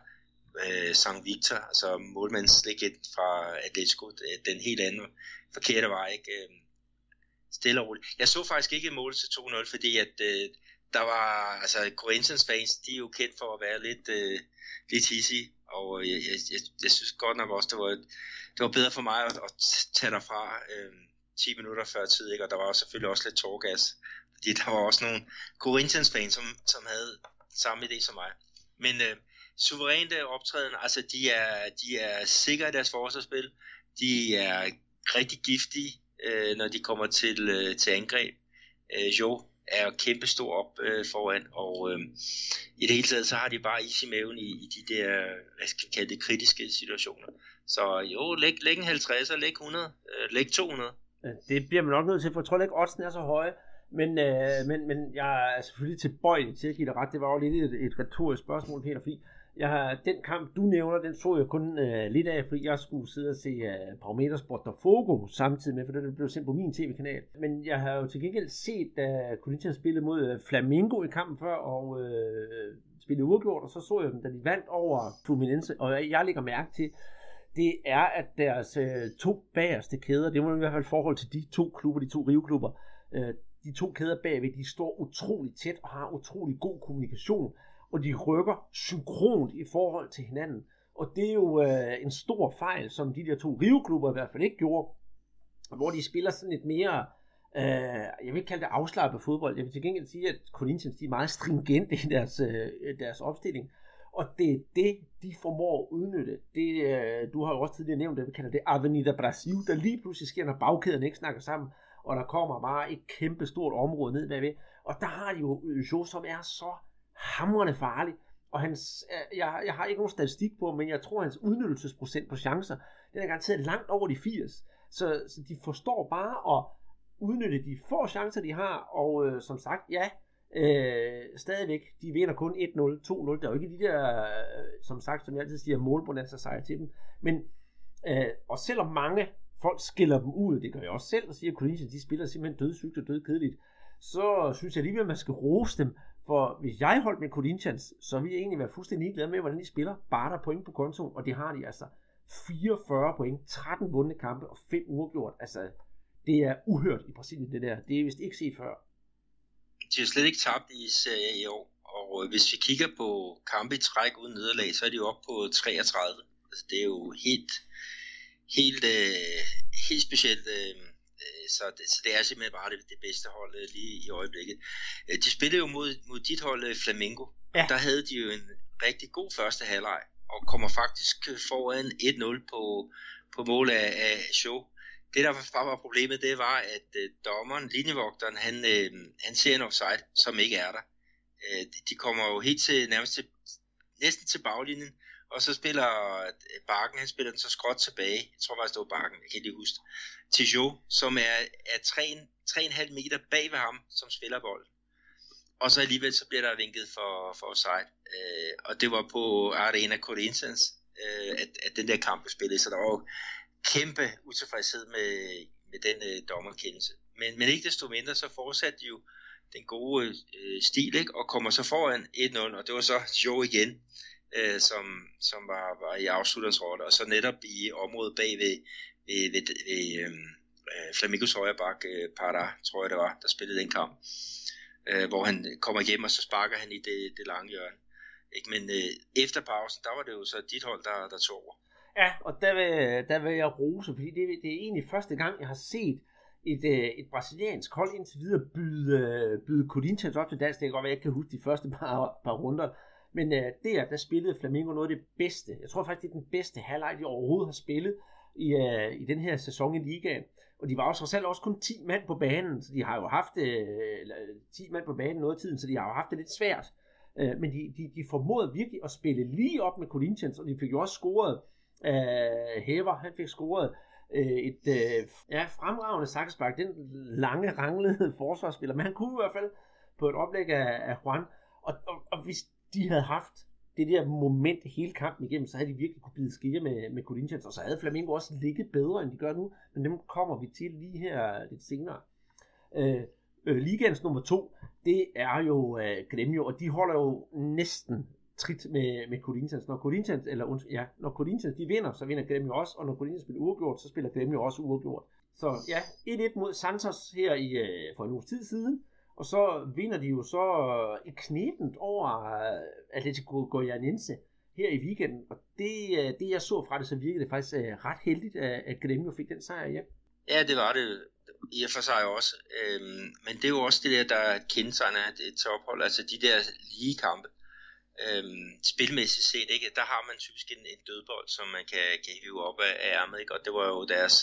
St. Victor, altså målmandslegend fra Atletico, den helt anden forkerte vej. Ikke? Stille og roligt. Jeg så faktisk ikke mål til 2-0, fordi at der var, altså Corinthians fans, de er jo kendt for at være lidt hissige, og jeg synes godt nok også, det var bedre for mig at tage derfra 10 minutter før tid, ikke? Og der var selvfølgelig også lidt tårgas, fordi der var også nogle Corinthians fans, som havde samme idé som mig. Men suverænt optræden, altså de er sikre i deres forsvarsspil, de er rigtig giftige, når de kommer til angreb. Jo er kæmpe stor op foran, og i det hele taget, så har de bare is i maven i de der, hvad skal jeg kalde det, kritiske situationer. Så jo, læg en 50'er, læg 100, læg 200. Det bliver man nok nødt til, for jeg tror ikke, oddsen er så høje, men jeg er selvfølgelig tilbøjelig til at give dig ret. Det var jo lidt et retorisk spørgsmål, Peter, fordi den kamp, du nævner, den så jeg kun lidt af, fordi jeg skulle sidde og se Palmeiras Botafogo samtidig med, for det blev sendt på min tv-kanal. Men jeg har jo til gengæld set, da Corinthians spillede mod Flamengo i kampen før, og spillede uafgjort, og så jeg dem, da de vandt over Fluminense, og jeg lægger mærke til, det er, at deres to bagerste kæder, det må i hvert fald i forhold til de to klubber, de to Rio-klubber, de to kæder bagved, de står utroligt tæt og har utrolig god kommunikation, og de rykker synkront i forhold til hinanden. Og det er jo en stor fejl, som de der to Rio-klubber i hvert fald ikke gjorde, hvor de spiller sådan lidt mere, jeg vil ikke kalde det afslappet fodbold, jeg vil til gengæld sige, at Corinthians, de er meget stringente i deres opstilling, og det er det, de formår at udnytte. Du har jo også tidligere nævnt det, vi kalder det Avenida Brasil, der lige pludselig sker, når bagkæderne ikke snakker sammen, og der kommer bare et kæmpe stort område ned bagved. Og der har de jo Jo, som er så hamrende farlig. Og jeg har ikke nogen statistik på, men jeg tror, hans udnyttelsesprocent på chancer, den er garanteret langt over de 80. Så de forstår bare at udnytte de få chancer, de har. Og som sagt, ja, stadigvæk, de vinder kun 1-0, 2-0. Der er jo ikke de der, som sagt, som jeg altid siger, målbonanza sejre til dem. Men, og selvom mange folk skiller dem ud, det gør jeg også selv, og siger, at Corinthians, de spiller simpelthen dødssygt og dødkedeligt, så synes jeg alligevel, at man skal rose dem. For hvis jeg holdt med Corinthians, så ville jeg egentlig være fuldstændig ligeglad med, hvordan de spiller. Bare der point på kontoen, og det har de altså 44 point, 13 vundne kampe og 5 uafgjort. Altså, det er uhørt i Brasilien, det der. Det er vist ikke set før. De har slet ikke tabt i serien i år, og hvis vi kigger på kampe i træk uden nederlag, så er de jo oppe på 33. Altså, det er jo helt specielt. Så det er simpelthen bare det bedste hold lige i øjeblikket. De spillede jo mod dit hold Flamengo. Ja. Der havde de jo en rigtig god første halvleg, og kommer faktisk foran 1-0 på mål af Show. Det der var problemet, det var, at dommeren, linjevogteren, han ser en offside, som ikke er der. De kommer jo helt til, næsten til baglinjen, og så spiller Bakken, han spiller den så skråt tilbage, jeg tror faktisk det var Bakken, jeg kan ikke lige huske, til Jo, som er 3,5 meter bag ved ham, som spiller bolden. Og så alligevel så bliver der vinket for offside. Og det var på Arena Corinthians, at den der kamp blev spillet, så der var jo kæmpe utilfredshed med den dommerkendelse. Men ikke desto mindre, så fortsatte de jo den gode stil, ikke? Og kommer så foran 1-0, og det var så Jo igen, som var i afslutningsrolle, og så netop i området bag ved Flamingos højre bak, Parra, tror jeg det var, der spillede den kamp, hvor han kommer hjem, og så sparker han i det lange hjørne. Ikke? Men efter pausen, der var det jo så dit hold, der tog over. Ja, og der vil jeg rose, fordi det er egentlig første gang, jeg har set et brasiliansk hold indtil videre byde Corinthians op til dans. Det kan godt være, jeg ikke kan huske de første par runder. Men der spillede Flamengo noget af det bedste. Jeg tror faktisk, det er den bedste halvleg, de overhovedet har spillet i den her sæson i ligaen. Og de var også selv også kun 10 mand på banen, så de har jo haft 10 mand på banen noget af tiden, så de har jo haft det lidt svært. Men de formåede virkelig at spille lige op med Corinthians, og de fik jo også scoret. Hæver, han fik scoret et fremragende saksespark, den lange, ranglede forsvarsspiller, men han kunne i hvert fald på et oplæg af Juan, og hvis de havde haft det der moment hele kampen igennem, så havde de virkelig kunne bide skære med Corinthians, og så havde Flamengo også ligget bedre, end de gør nu, men dem kommer vi til lige her lidt senere. Ligaens nummer 2, det er jo Grêmio, og de holder jo næsten trit med Corinthians. Når Corinthians de vinder, så vinder Grêmio også, og når Corinthians spiller uafgjort, så spiller Grêmio også uafgjort. Så ja, 1-1 mod Santos her for en uges tid siden, og så vinder de jo så i knebent over Atlético Goianiense her i weekenden, og det jeg så fra det, så virkede det faktisk ret heldigt, at Grêmio fik den sejr hjem. Ja, det var det i og for sig også, men det er jo også det der kendetegner et tophold, altså de der lige kampe. Spilmæssigt set, ikke? Der har man typisk en dødbold, som man kan hive op af ærmet, ikke? Og det var jo deres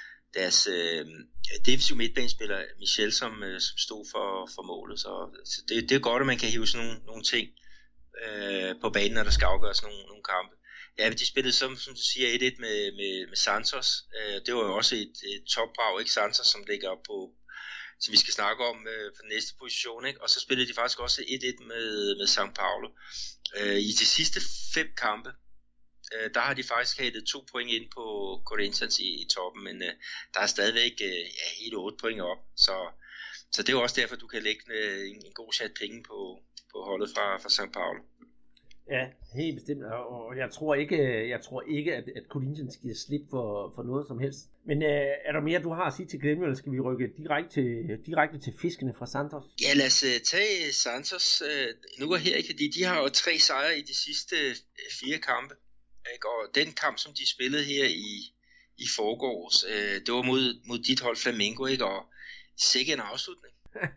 defensive midtbanespiller Michel, som stod for målet, så det er godt, at man kan hive sådan nogle ting på banen, når der skal afgøres nogle kampe. Ja, de spillede som du siger 1-1 med Santos. Det var jo også et topbrag, ikke? Santos, som ligger op på, som vi skal snakke om for den næste position, ikke? Og så spillede de faktisk også 1-1 med São Paulo. I de sidste 5 kampe, der har de faktisk hættet 2 point ind på Corinthians i toppen, men der er stadigvæk hele 8 point op, så det er jo også derfor, du kan lægge en god chat penge på holdet fra São Paulo. Ja, helt bestemt, og jeg tror ikke, at Corinthians giver slip for noget som helst. Men er der mere, du har at sige til Grêmio, eller skal vi rykke direkte til fiskene fra Santos? Ja, lad os tage Santos nu og her, fordi de har jo 3 sejre i de sidste 4 kampe. Ikke? Og den kamp, som de spillede her i forgårs, det var mod dit hold Flamengo, ikke? Og sikke en afslutning.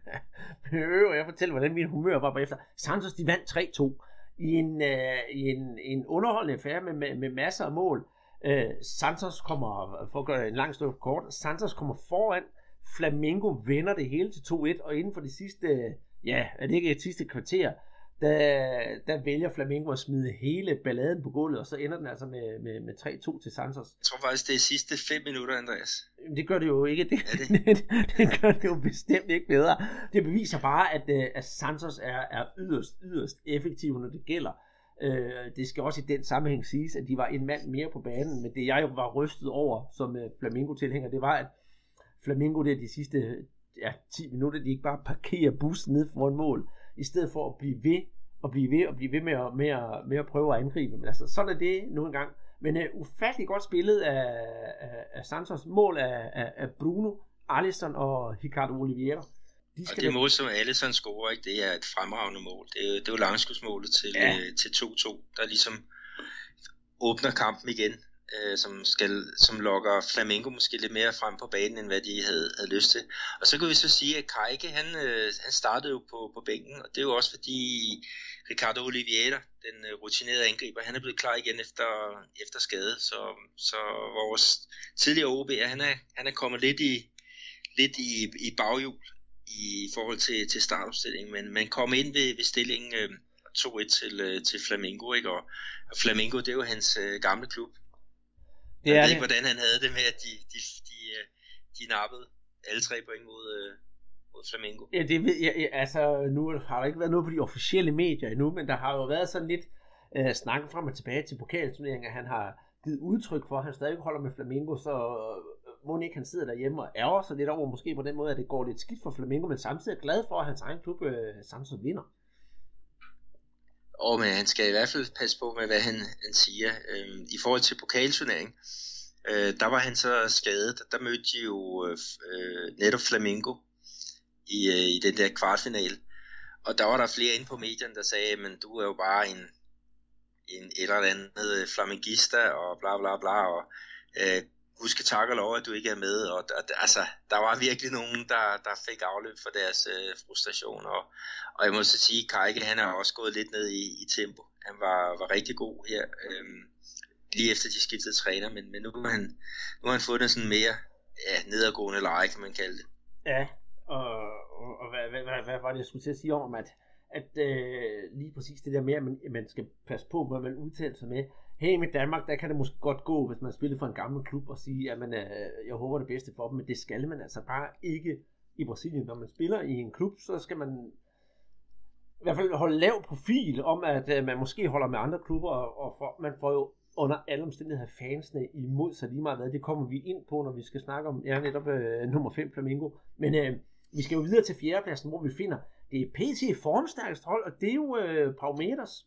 Jeg fortæller, hvordan min humør var bagefter. Santos, de vandt 3-2. I en underholdende affære med masser af mål. Santos kommer, for at gøre en lang stykke kort, Santos kommer foran Flamengo vender det hele til 2-1, og inden for det sidste, er det ikke et sidste kvarter, der vælger Flamengo at smide hele balladen på gulvet, og så ender den altså med 3-2 til Santos. Jeg tror faktisk, det er sidste 5 minutter, Andreas. Det gør det jo ikke. Det gør det jo bestemt ikke bedre. Det beviser bare, at Santos er yderst effektiv, når det gælder. Det skal også i den sammenhæng siges, at de var en mand mere på banen, men det jeg jo var rystet over som Flamengo-tilhænger, det var, at Flamengo det de sidste 10 minutter, de ikke bare parkerer bussen ned foran mål, i stedet for at blive ved med at prøve at angribe. Men altså, sådan er det nu engang. Men ufattelig godt spillet af Santos. Mål af Bruno, Alisson og Ricardo Oliveira. Og det mål, som Alisson scorer, ikke, det er et fremragende mål. Det er jo langskudsmålet til 2-2, der ligesom åbner kampen igen, som lokker Flamengo måske lidt mere frem på banen, end hvad de havde lyst til. Og så kan vi så sige, at Kajke, han startede jo på bænken, og det er jo også fordi Ricardo Oliveira, den rutinerede angriber, han er blevet klar igen efter skade, så vores tidligere OB'er, han er kommet lidt i baghjul i forhold til startopstillingen, men man kom ind ved stillingen 2-1 til Flamengo, ikke? Og Flamengo, det er jo hans gamle klub. Jeg ved ikke, hvordan han havde det med, at de nappede alle 3 point mod Flamengo. Ja, det ved jeg. Altså, nu har der ikke været noget på de officielle medier endnu, men der har jo været sådan lidt snakken frem og tilbage til pokalturneringer. Han har givet udtryk for, at han stadig holder med Flamengo, så må ikke han sidder derhjemme og ærger sig lidt over, måske på den måde, at det går lidt skidt for Flamengo, men samtidig er glad for, at hans egen klub Santos vinder. Men han skal i hvert fald passe på med, hvad han siger. I forhold til pokalturnering, der var han så skadet. Der mødte de jo netop Flamengo i den der kvartfinale. Og der var der flere inde på medierne, der sagde, men du er jo bare en eller andet flamengista og bla bla bla. Og husk tak og lov, at du ikke er med. Og altså, der var virkelig nogen, der fik afløb for deres frustration. Og jeg må så sige, at Kajke, han har også gået lidt ned i tempo. Han var rigtig god her, lige efter de skiftede træner, men nu har han fundet sådan mere nedadgående leje, kan man kalde det. Ja, og hvad var det, jeg skulle til at sige om, at lige præcis det der med, at man skal passe på, hvad man udtaler sig med. Her i Danmark, der kan det måske godt gå, hvis man spiller for en gammel klub og sige, at jeg håber det bedste for dem, men det skal man altså bare ikke i Brasilien. Når man spiller i en klub, så skal man i hvert fald holde lav profil om, at man måske holder med andre klubber, og man får jo under alle omstændigheder fansene imod sig lige meget hvad. Det kommer vi ind på, når vi skal snakke om netop nummer 5 Flamengo. Men vi skal jo videre til 4. pladsen, hvor vi finder det er PT formstærkest hold, og det er jo Palmeiras.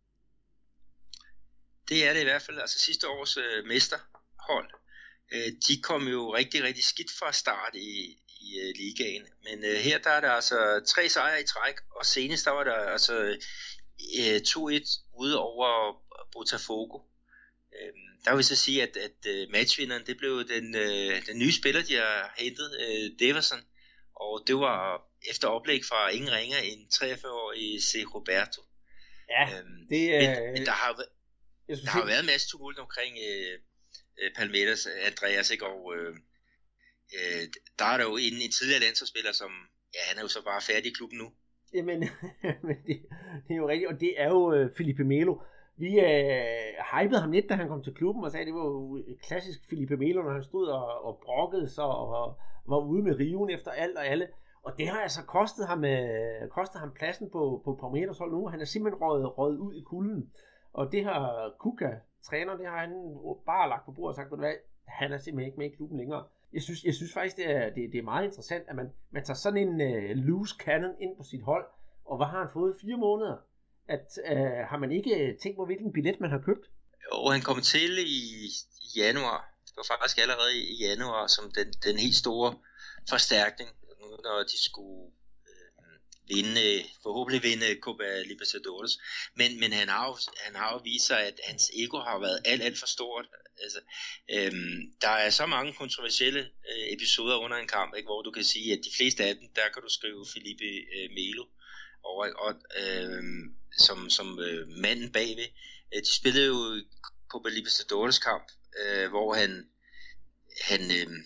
Det er det i hvert fald. Altså sidste års mesterhold, de kom jo rigtig, rigtig skidt fra start i ligaen. Men her der er der altså 3 sejre i træk, og senest der var der altså 2-1 ude over Botafogo. Der vil vi så sige, at matchvinderen, det blev den nye spiller, de har hentet, Deverson. Og det var efter oplæg fra ingen ringer en 43-årig C. Roberto. Ja, men der har været en masse tumult omkring Palmeiras, Andreas, ikke? Og der er der jo en tidligere landsholdsspiller, som han er jo så bare færdig i klubben nu. Jamen, det er jo rigtigt, og det er jo Felipe Melo. Vi hypede ham lidt, da han kom til klubben, og sagde, at det var jo klassisk Felipe Melo, når han stod og brokkede sig og var ude med riven efter alt og alle. Og det har altså kostet ham pladsen på Palmeiras hold nu. Han er simpelthen røget ud i kulden. Og det har Cuca, træner, det har han bare lagt på bordet og sagt, at han er simpelthen ikke med i klubben længere. Jeg synes faktisk, det er meget interessant, at man tager sådan en loose cannon ind på sit hold. Og hvad har han fået? 4 måneder? Har man ikke tænkt på, hvilken billet man har købt? Jo, han kom til i januar. Det var faktisk allerede i januar som den helt store forstærkning, når de skulle forhåbentlig vinde Copa Libertadores. Men han har jo vist sig, at hans ego har været alt for stort. Altså, der er så mange kontroversielle episoder under en kamp, ikke, hvor du kan sige, at de fleste af dem, der kan du skrive Felipe Melo og som manden bagved. De spillede jo Copa Libertadores kamp, hvor han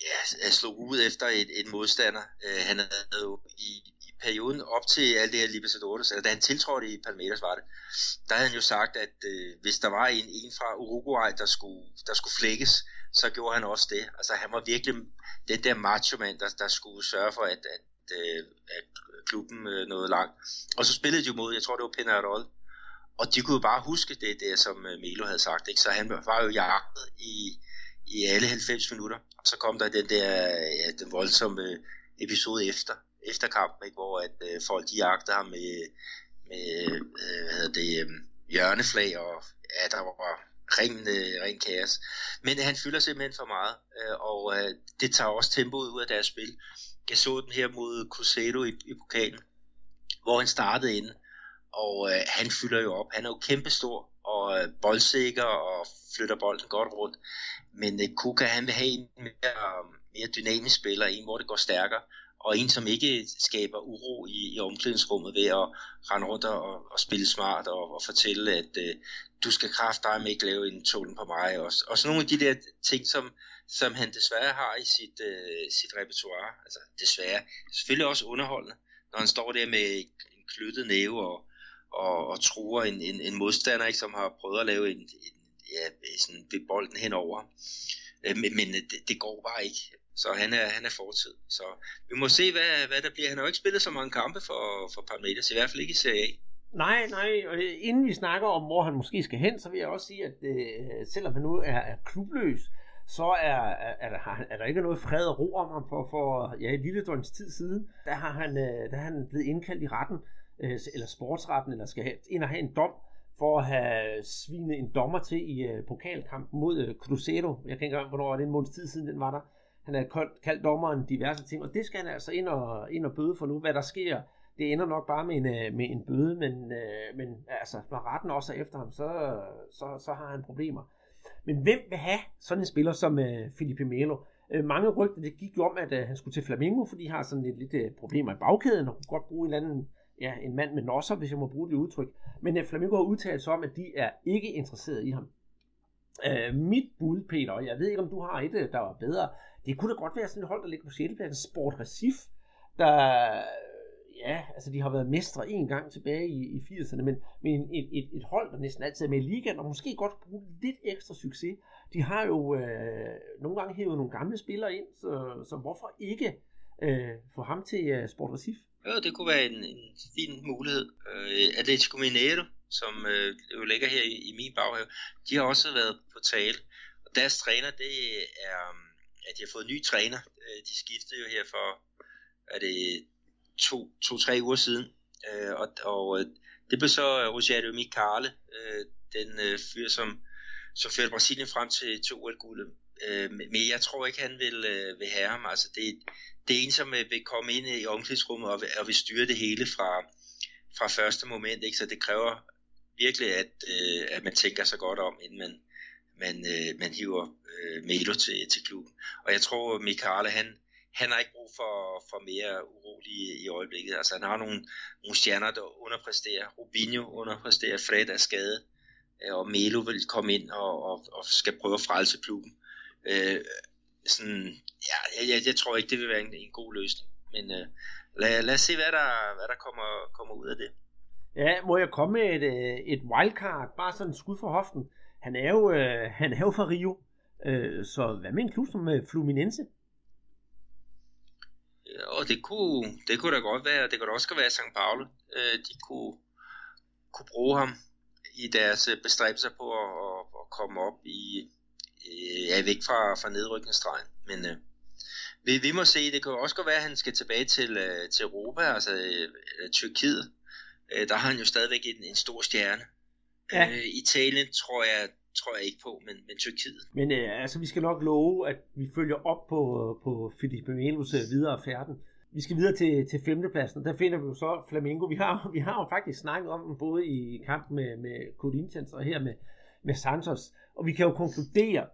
slog ud efter en modstander. Han havde jo i perioden op til alt det her Libertadores, eller da han tiltrådte i Palmeiras var det, der havde han jo sagt, at hvis der var en fra Uruguay, der skulle flækkes, så gjorde han også det. Altså han var virkelig den der macho-mand, der skulle sørge for, at klubben nåede langt. Og så spillede de jo mod, jeg tror det var Peñarol, og de kunne jo bare huske det der, som Melo havde sagt, ikke? Så han var jo jagtet i alle 90 minutter. Og så kom der den voldsomme episode efter kampen, ikke? Hvor at folk de jagtede ham med hjørneflag, og der var ren kaos. Men han fylder simpelthen for meget, og det tager også tempoet ud af deres spil. Jeg så den her mod Cruzeiro i pokalen, hvor han startede inde, og han fylder jo op. Han er jo kæmpestor og boldsikker og flytter bolden godt rundt. Men Cuca, han vil have en mere dynamisk spiller, en hvor det går stærkere, og en som ikke skaber uro i omklædningsrummet ved at rende rundt og spille smart og fortælle, at du skal kraftedeme ikke lave en tålen på mig. Og sådan nogle af de der ting, som han desværre har i sit repertoire. Altså desværre. Selvfølgelig også underholdende, når han står der med en klyttet næve og truer en modstander, ikke, som har prøvet at lave sådan ved bolden henover. Men det går bare ikke. Så han er fortid. Så vi må se, hvad der bliver. Han har jo ikke spillet så mange kampe for Palmeiras, i hvert fald ikke i Serie A. Nej, og inden vi snakker om, hvor han måske skal hen, så vil jeg også sige, at selvom han nu er klubløs, så er der ikke noget fred og ro om ham for et lille døgns tid siden. Der har han blevet indkaldt i retten, eller sportsretten, eller skal ind og have en dom, for at have svinet en dommer til i pokalkampen mod Cruzeiro. Jeg kan ikke engang, hvornår det en måneds tid siden den var der. Han har kaldt dommeren diverse ting, og det skal han altså ind og bøde for nu. Hvad der sker, det ender nok bare med en bøde, men altså, når retten også er efter ham, så har han problemer. Men hvem vil have sådan en spiller som Felipe Melo? Mange rygter, det gik jo om, at han skulle til Flamengo, fordi de har sådan lidt problemer i bagkæden, og kunne godt bruge en mand med nosser, hvis jeg må bruge det udtryk. Men Flamengo har udtalt sig om, at de er ikke interesseret i ham. Mit bud, Peter, og jeg ved ikke, om du har et, der var bedre. Det kunne da godt være sådan et hold, der ligger på 6. pladsen, Sport Recife, der, altså de har været mestre en gang tilbage i 80'erne, men et hold, der næsten altid er med i ligaen, og måske godt bruge lidt ekstra succes. De har jo nogle gange hævet nogle gamle spillere ind, så hvorfor ikke få ham til Sport Recife? Ja, det kunne være en fin mulighed. Atlético Mineiro, som jo ligger her i min baghave, de har også været på tale. Og deres træner, det er, at de har fået en ny træner. De skiftede jo her for, er det 2-3 uger siden. Og det blev så Rogério Micali, den fyr, som førte Brasilien frem til OL-guldet. Men jeg tror ikke, han vil have ham. Altså det er en, som vil komme ind i omklædningsrummet og vil styre det hele fra første moment. Ikke? Så det kræver virkelig, at man tænker sig godt om, inden man hiver Melo til klubben. Og jeg tror, Micali, han har ikke brug for mere urolig i øjeblikket. Altså han har nogle stjerner, der underpræsterer. Robinho underpræsterer, Fred er skadet, og Melo vil komme ind og skal prøve at frelse klubben. Jeg tror ikke, det vil være en god løsning. Men lad os se, hvad der kommer ud af det. Ja, må jeg komme med et wildcard, bare sådan et skud for hoften. Han er jo fra Rio, så hvad med en klub som Fluminense? Ja, og det kunne da godt være. Det kunne da også være São Paulo. De kunne bruge ham i deres bestræbelser på at komme op væk fra nedrykningsstregen. Men vi må se. Det kan også godt være, at han skal tilbage til Europa, altså Tyrkiet. Der har han jo stadigvæk en stor stjerne. Ja. Italien tror jeg ikke på, men Tyrkiet. Men altså, vi skal nok love, at vi følger op på Felipe Melos videre færden. Vi skal videre til 5. pladsen, og der finder vi jo så Flamengo. Vi har jo faktisk snakket om dem både i kampen med Corinthians og her med Santos. Og vi kan jo konkludere,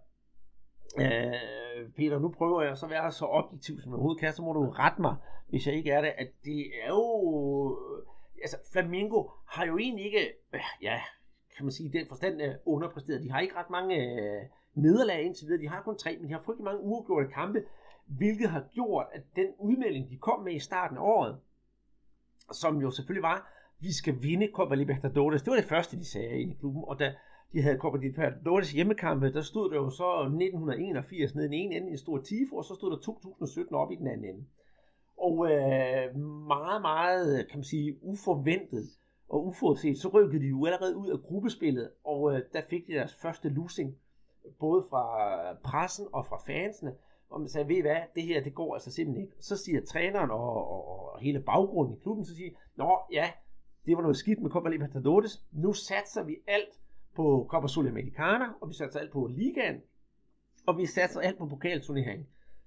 Peter, nu prøver jeg så at være så objektiv som jeg overhovedet kan, så må du rette mig, hvis jeg ikke er det, at det er jo... Altså, Flamengo har jo egentlig ikke, kan man sige, i den forstand underpræsteret. De har ikke ret mange nederlag indtil videre. De har kun 3, men de har frygtelig mange uafgjorte kampe. hvilket har gjort, at den udmelding, de kom med i starten af året, som jo selvfølgelig var, vi skal vinde Copa Libertadores. Det var det første, de sagde inde i klubben, og da de havde Copa Libertadores hjemmekampe, der stod der jo så 1981 nede i den ene ende i en stor tifo, og så stod der 2017 op i den anden ende. Og meget, meget, kan man sige, uforventet og uforudset, så rykkede de jo allerede ud af gruppespillet, og der fik de deres første losing, både fra pressen og fra fansene, og man sagde, ved I hvad, det her, det går altså simpelthen ikke. Så siger træneren og hele baggrunden i klubben, så siger, nå ja, det var noget skidt med Copa Libertadores, nu satser vi alt på Copa Sudamericana, og vi satser alt på ligaen, og vi satser alt på pokalturneringen.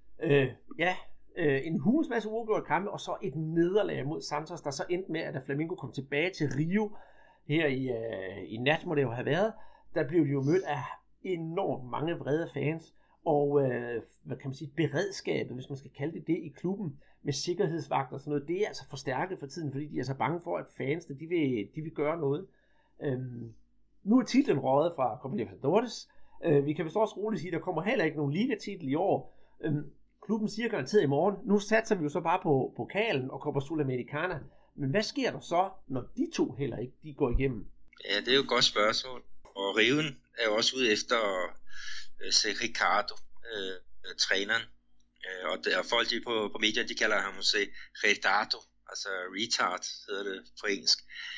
En hulens masse uafgjorte kampe, og så et nederlag mod Santos, der så endte med, at da Flamengo kom tilbage til Rio, her i nat må det jo have været, der blev de jo mødt af enormt mange vrede fans, og hvad kan man sige, beredskabet, hvis man skal kalde det i klubben, med sikkerhedsvagter og sådan noget, det er altså forstærket for tiden, fordi de er så bange for, at fansene, de vil gøre noget. Nu er titlen røget fra Copa Libertadores. Vi kan vist også roligt sige, at der kommer heller ikke nogen ligatitel i år. Klubben siger garanteret i morgen, nu satser vi jo så bare på pokalen og Copa Sudamericana. Men hvad sker der så, når de to heller ikke de går igennem? Ja, det er jo et godt spørgsmål. Og Riven er jo også ude efter Ricardo, træneren. Og folk på medier, de kalder ham Retardo, altså retard hedder det på engelsk.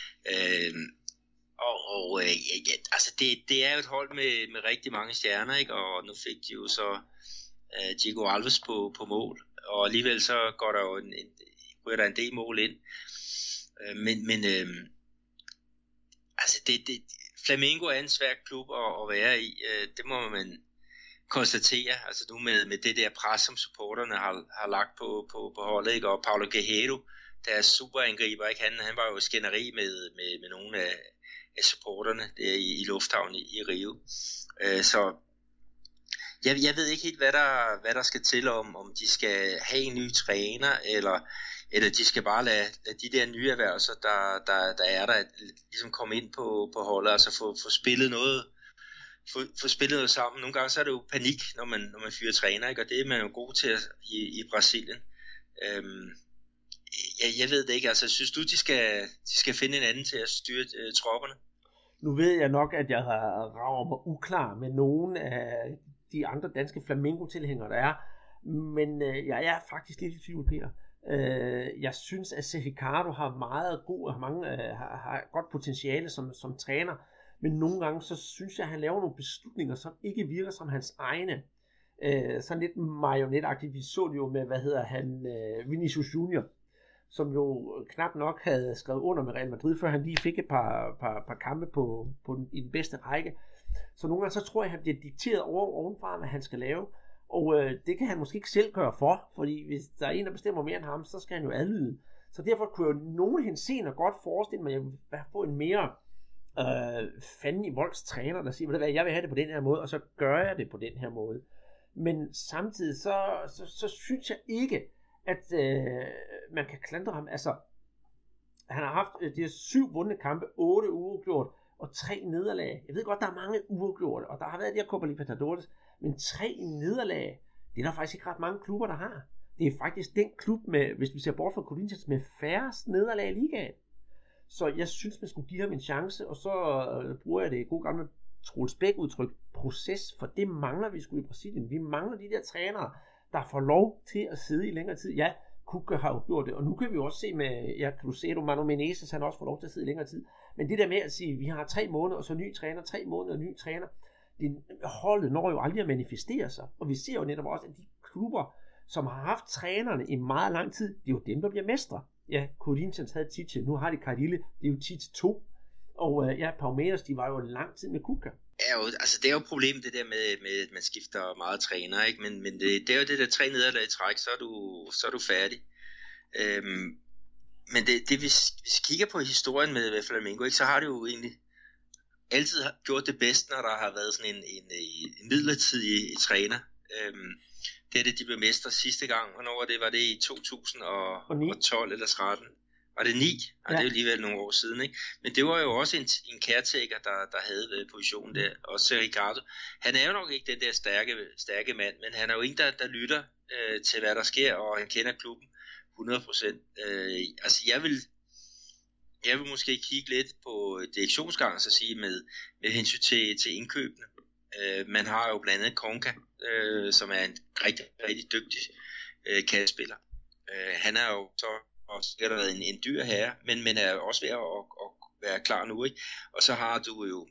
Altså det er jo et hold med rigtig mange stjerner, ikke? Og nu fik de jo så Diego Alves på mål, og alligevel så går der jo ryger der en del mål ind. Altså Flamengo er en svær klub at være i, det må man konstatere, altså nu med det der pres, som supporterne har lagt på holdet, ikke? Og Paulo Guerrero, deres superangriber, ikke? Han var jo skænderi med nogle af supporterne der i lufthavnen i Rio. Så jeg ved ikke helt, hvad der skal til, om de skal have en ny træner, eller de skal bare lade de der nye erhvervelser, der ligesom komme ind på holdet, altså få spillet noget, få spillet noget sammen. Nogle gange så er det jo panik, når man fyrer træner, ikke? Og det er man jo god til i Brasilien. Jeg ved det ikke, altså synes du, de skal finde en anden til at styre tropperne? Nu ved jeg nok, at jeg har raget mig uklar med nogle af de andre danske Flamengo-tilhængere, der er, men jeg er faktisk lidt i tvivl, Peter. Jeg synes, at Ricardo har meget god, har godt potentiale som træner, men nogle gange så synes jeg, at han laver nogle beslutninger, som ikke virker som hans egne. Sådan lidt marionetagtigt. Vi så det jo med, Vinicius Junior, som jo knap nok havde skrevet under med Real Madrid, før han lige fik et par kampe i den bedste række. Så nogle gange så tror jeg, at han bliver dikteret ovenfra, hvad han skal lave. Og det kan han måske ikke selv gøre for, fordi hvis der er en, der bestemmer mere end ham, så skal han jo adlyde. Så derfor kunne jeg jo nogle henseender godt forestille mig, at jeg vil få en mere fanden i volds træner, der siger, hvad jeg vil have det på den her måde, og så gør jeg det på den her måde. Men samtidig så synes jeg ikke, at man kan klandre ham. Altså, han har haft de her 7 vundne kampe, 8 uafgjort og 3 nederlag. Jeg ved godt, der er mange uafgjorte, og der har været de her Copa Libertadores, men 3 nederlag, det er der faktisk ikke ret mange klubber, der har. Det er faktisk den klub med, hvis vi ser bort fra Corinthians, med færrest nederlag i ligaen. Så jeg synes, man skulle give ham en chance, og så bruger jeg det gode gamle Troels Bæk-udtryk, proces, for det mangler vi sgu i Brasilien. Vi mangler de der trænere, der får lov til at sidde i længere tid. Ja, Cuca har jo gjort det, og nu kan vi jo også se med Cruzeiro, Mano Menezes, han også får lov til at sidde i længere tid. Men det der med at sige, at vi har 3 måneder, og så ny træner, 3 måneder og ny træner, holdet når jo aldrig at manifestere sig. Og vi ser jo netop også, at de klubber, som har haft trænerne i meget lang tid, det er jo dem, der bliver mestre. Ja, Corinthians havde Tite, nu har de Cardile, det er jo Tite 2. Og Palmeiras, de var jo lang tid med Cuca. Ja, altså det er jo problemet det der med at man skifter meget træner, ikke? Men det er jo det der 3 nederlag i træk, så er du færdig. Men det hvis kigger på historien med Flamengo, ikke, så har det jo egentlig altid gjort det bedst, når der har været sådan en midlertidig træner. Det er det, de blev mestre sidste gang, hvornår var det i 2012 eller 13. Var det 9? Og det er jo alligevel nogle år siden, ikke? Men det var jo også en caretaker, der havde positionen der, også Ricardo. Han er jo nok ikke den der stærke mand, men han er jo en, der lytter til hvad der sker, og han kender klubben 100%. Altså jeg vil måske kigge lidt på direktionsgangen, så sige med hensyn til indkøbene. Man har jo blandt andet Konka, som er en rigtig, rigtig dygtig kastspiller. Han er jo så også været en dyr herre, men er også ved at være klar nu, ikke? Og så har du jo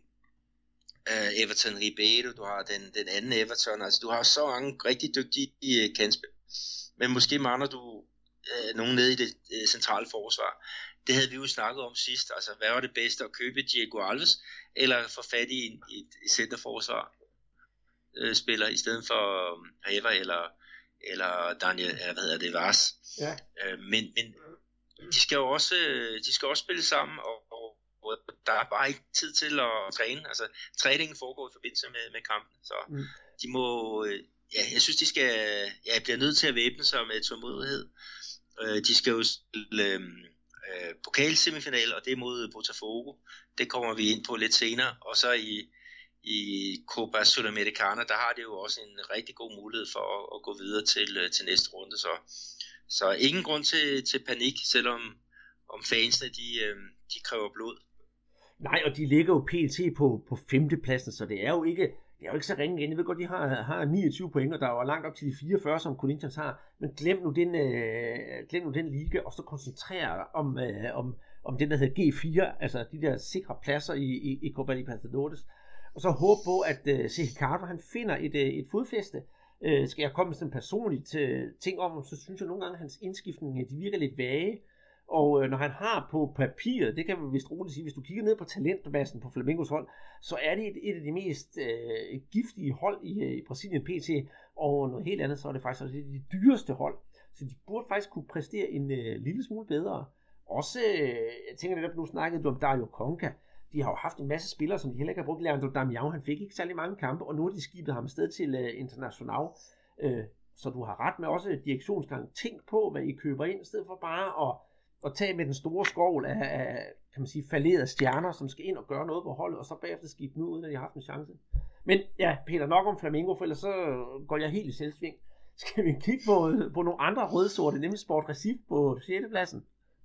Everton Ribeiro, du har den anden Everton, altså du har så mange rigtig dygtige kastspillere, men måske mangler du nogen nede i det centrale forsvar. Det havde vi jo snakket om sidst, altså hvad var det bedste, at købe Diego Alves, eller få fat i et centerforsvar spiller, i stedet for Heva eller Daniel, Vars. Ja. Men de skal jo også spille sammen, og der er bare ikke tid til at træne. Altså træningen foregår i forbindelse med kampen, så de må, jeg synes de skal, bliver nødt til at væbne sig med tålmodighed. De skal jo spille pokalsemifinal, og det er mod Botafogo. Det kommer vi ind på lidt senere, og så i Copa Sudamericana, der har det jo også en rigtig god mulighed for at gå videre til næste runde, så ingen grund til panik, selvom fansene de kræver blod. Nej, og de ligger jo pt. på 5. pladsen, så det er jo ikke så ringe igen. Jeg ved godt, de har 29 point, og der er langt op til de 44, som Corinthians har, men glem nu den liga, og så koncentrere om den, der hedder G4, altså de der sikre pladser i Copa Libertadores, og så håbe på, at C.H. Carter, han finder et fodfæste. Skal jeg komme med sådan en personligt ting om, så synes jeg nogle gange, at hans indskiftninger, de virker lidt vage. Og når han har på papiret, det kan man vist roligt sige, hvis du kigger ned på talentmassen på Flamingos hold, så er det et af de mest giftige hold i Brasilien pt. Og noget helt andet, så er det faktisk også et af de dyreste hold. Så de burde faktisk kunne præstere en lille smule bedre. Også, jeg tænker netop, nu snakkede du om Dario Conca. De har jo haft en masse spillere, som de heller ikke har brugt. Leandro Damião, han fik ikke særlig mange kampe, og nu har de skibet ham afsted til Internacional. Så du har ret med også direktionsgang. Tænk på, hvad I køber ind, i stedet for bare at tage med den store skovl af kan man sige, fallerede stjerner, som skal ind og gøre noget på holdet, og så bagefter skifte nu, uden at de har haft en chance. Men ja, Peter, nok om Flamengo, for ellers så går jeg helt i selvsving. Skal vi kigge på nogle andre rødsorte, nemlig Sport Recife på 6. pladsen?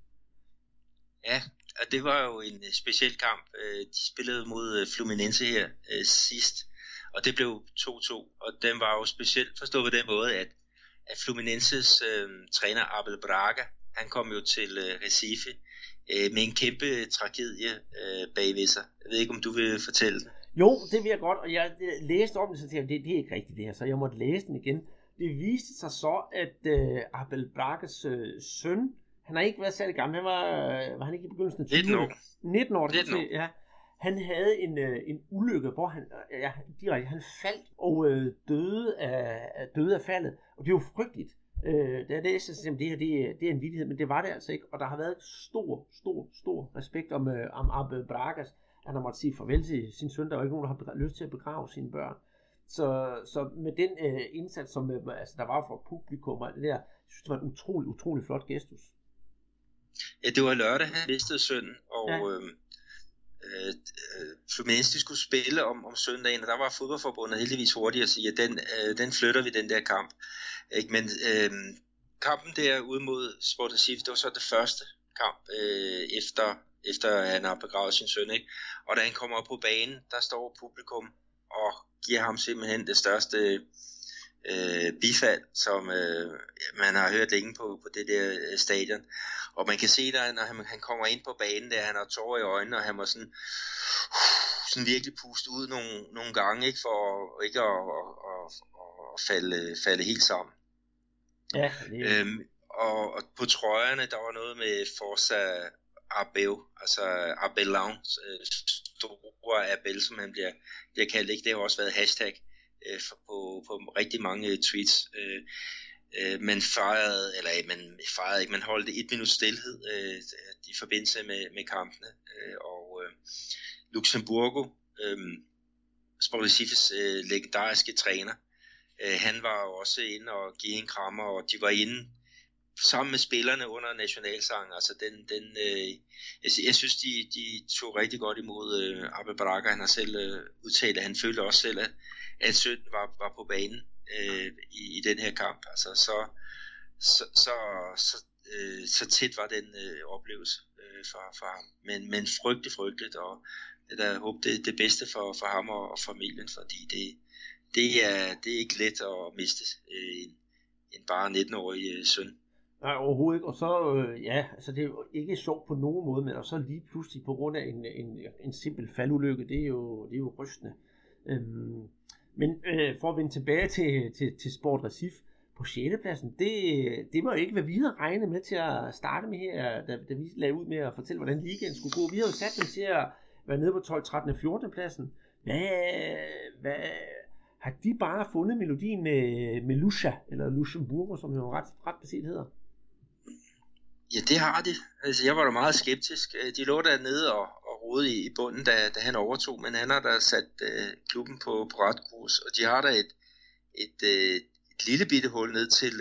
Ja, og det var jo en speciel kamp. De spillede mod Fluminense her sidst, og det blev 2-2, og den var jo specielt forstået på den måde, at Fluminenses træner Abel Braga, han kom jo til Recife med en kæmpe tragedie bagved sig. Jeg ved ikke, om du vil fortælle det? Jo, det vil jeg godt, og jeg læste om det, så tænkte jeg, det er ikke rigtigt det her, så jeg måtte læse den igen. Det viste sig så, at Abel Bragas søn, han har ikke været særlig gammel, han var han ikke i begyndelsen af 20'erne? 19 år. Ja. Han havde en ulykke, hvor han faldt og døde af faldet, og det er jo frygteligt. Det er det her, det er en vittighed, men det var det altså ikke, og der har været stor respekt om Abel Bragas. Han har måttet sige farvel til sin søn, der er jo ikke nogen, der har lyst til at begrave sine børn. Så med den indsats, som der var for publikum og det der, jeg synes, det var en utrolig flot gestus. Ja, det var lørdag, han mistede sønnen, og Fluminense skulle spille om søndagen, og der var fodboldforbundet heldigvis hurtigt at sige, at den flytter vi, den der kamp. Ikke? Men kampen der ude mod Sport Recife, det var så det første kamp efter han har begravet sin søn, ikke? Og da han kommer op på banen, der står publikum og giver ham simpelthen det største bifald, som man har hørt længe på det der stadion. Og man kan se der, når han kommer ind på banen der, han har tårer i øjnene, og han må sådan virkelig puste ud nogle gange, ikke, for ikke at falde helt sammen. Ja, og på trøjerne, der var noget med Forza Abel, altså Abelão, store Abel, som han bliver kaldt, ikke? Det har også været hashtag på rigtig mange tweets. Man fejrede ikke, man holdt 1 minut stilhed i forbindelse med kampene, og Luxemburgo, Sport Recifes legendariske træner, han var jo også inde og give en krammer, og de var inde sammen med spillerne under nationalsangen. Altså jeg synes de tog rigtig godt imod Abel Braga. Han har selv udtalt, at han følte også selv, at sønnen var på banen i den her kamp. Altså, så tæt var den oplevelse for ham. Men frygteligt, og jeg håber det bedste for ham og familien, fordi det er ikke let at miste en bare 19-årig søn. Nej, overhovedet ikke. Og så, altså det er jo ikke sjovt på nogen måde, men så lige pludselig på grund af en simpel faldulykke, det er jo rystende. Men for at vende tilbage til Sport Recife på 6. pladsen, det var jo ikke, hvad vi havde regnet med til at starte med her, da vi lagde ud med at fortælle, hvordan ligaen skulle gå. Vi havde jo sat dem til at være nede på 12, 13 og 14. pladsen. Hvad har de bare fundet melodien med Lucha, eller Luxemburgo, som jo ret beset hedder? Ja, det har de. Altså, jeg var da meget skeptisk. De lå dernede og rode i bunden, da han overtog, men han har da sat klubben på ret kurs, og de har da et lille bitte hul ned til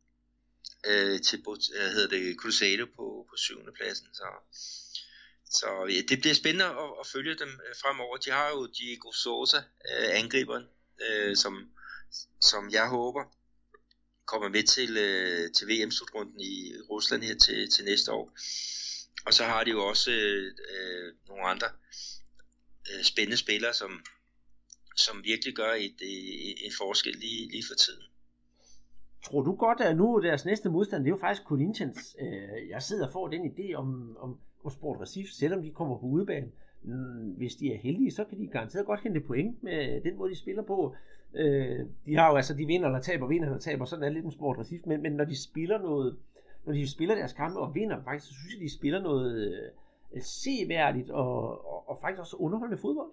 Cruzeiro på 7. pladsen. Så ja, det bliver spændende at følge dem fremover. De har jo Diego Sousa, angriberen, som jeg håber kommer med til VM-slutrunden i Rusland her til næste år. Og så har de jo også nogle andre spændende spillere, som virkelig gør en forskel lige for tiden. Tror du godt, at nu deres næste modstand, det er jo faktisk Corinthians. Jeg sidder og får den idé om Sport Recife, selvom de kommer på udebane. Hvis de er heldige, så kan de garanteret godt hente point med den måde, de spiller på. De har jo altså, de vinder eller taber, sådan er det lidt med Sport Recife, men når de spiller deres kampe og vinder, faktisk, så synes jeg, de spiller noget seværdigt og faktisk også underholdende fodbold.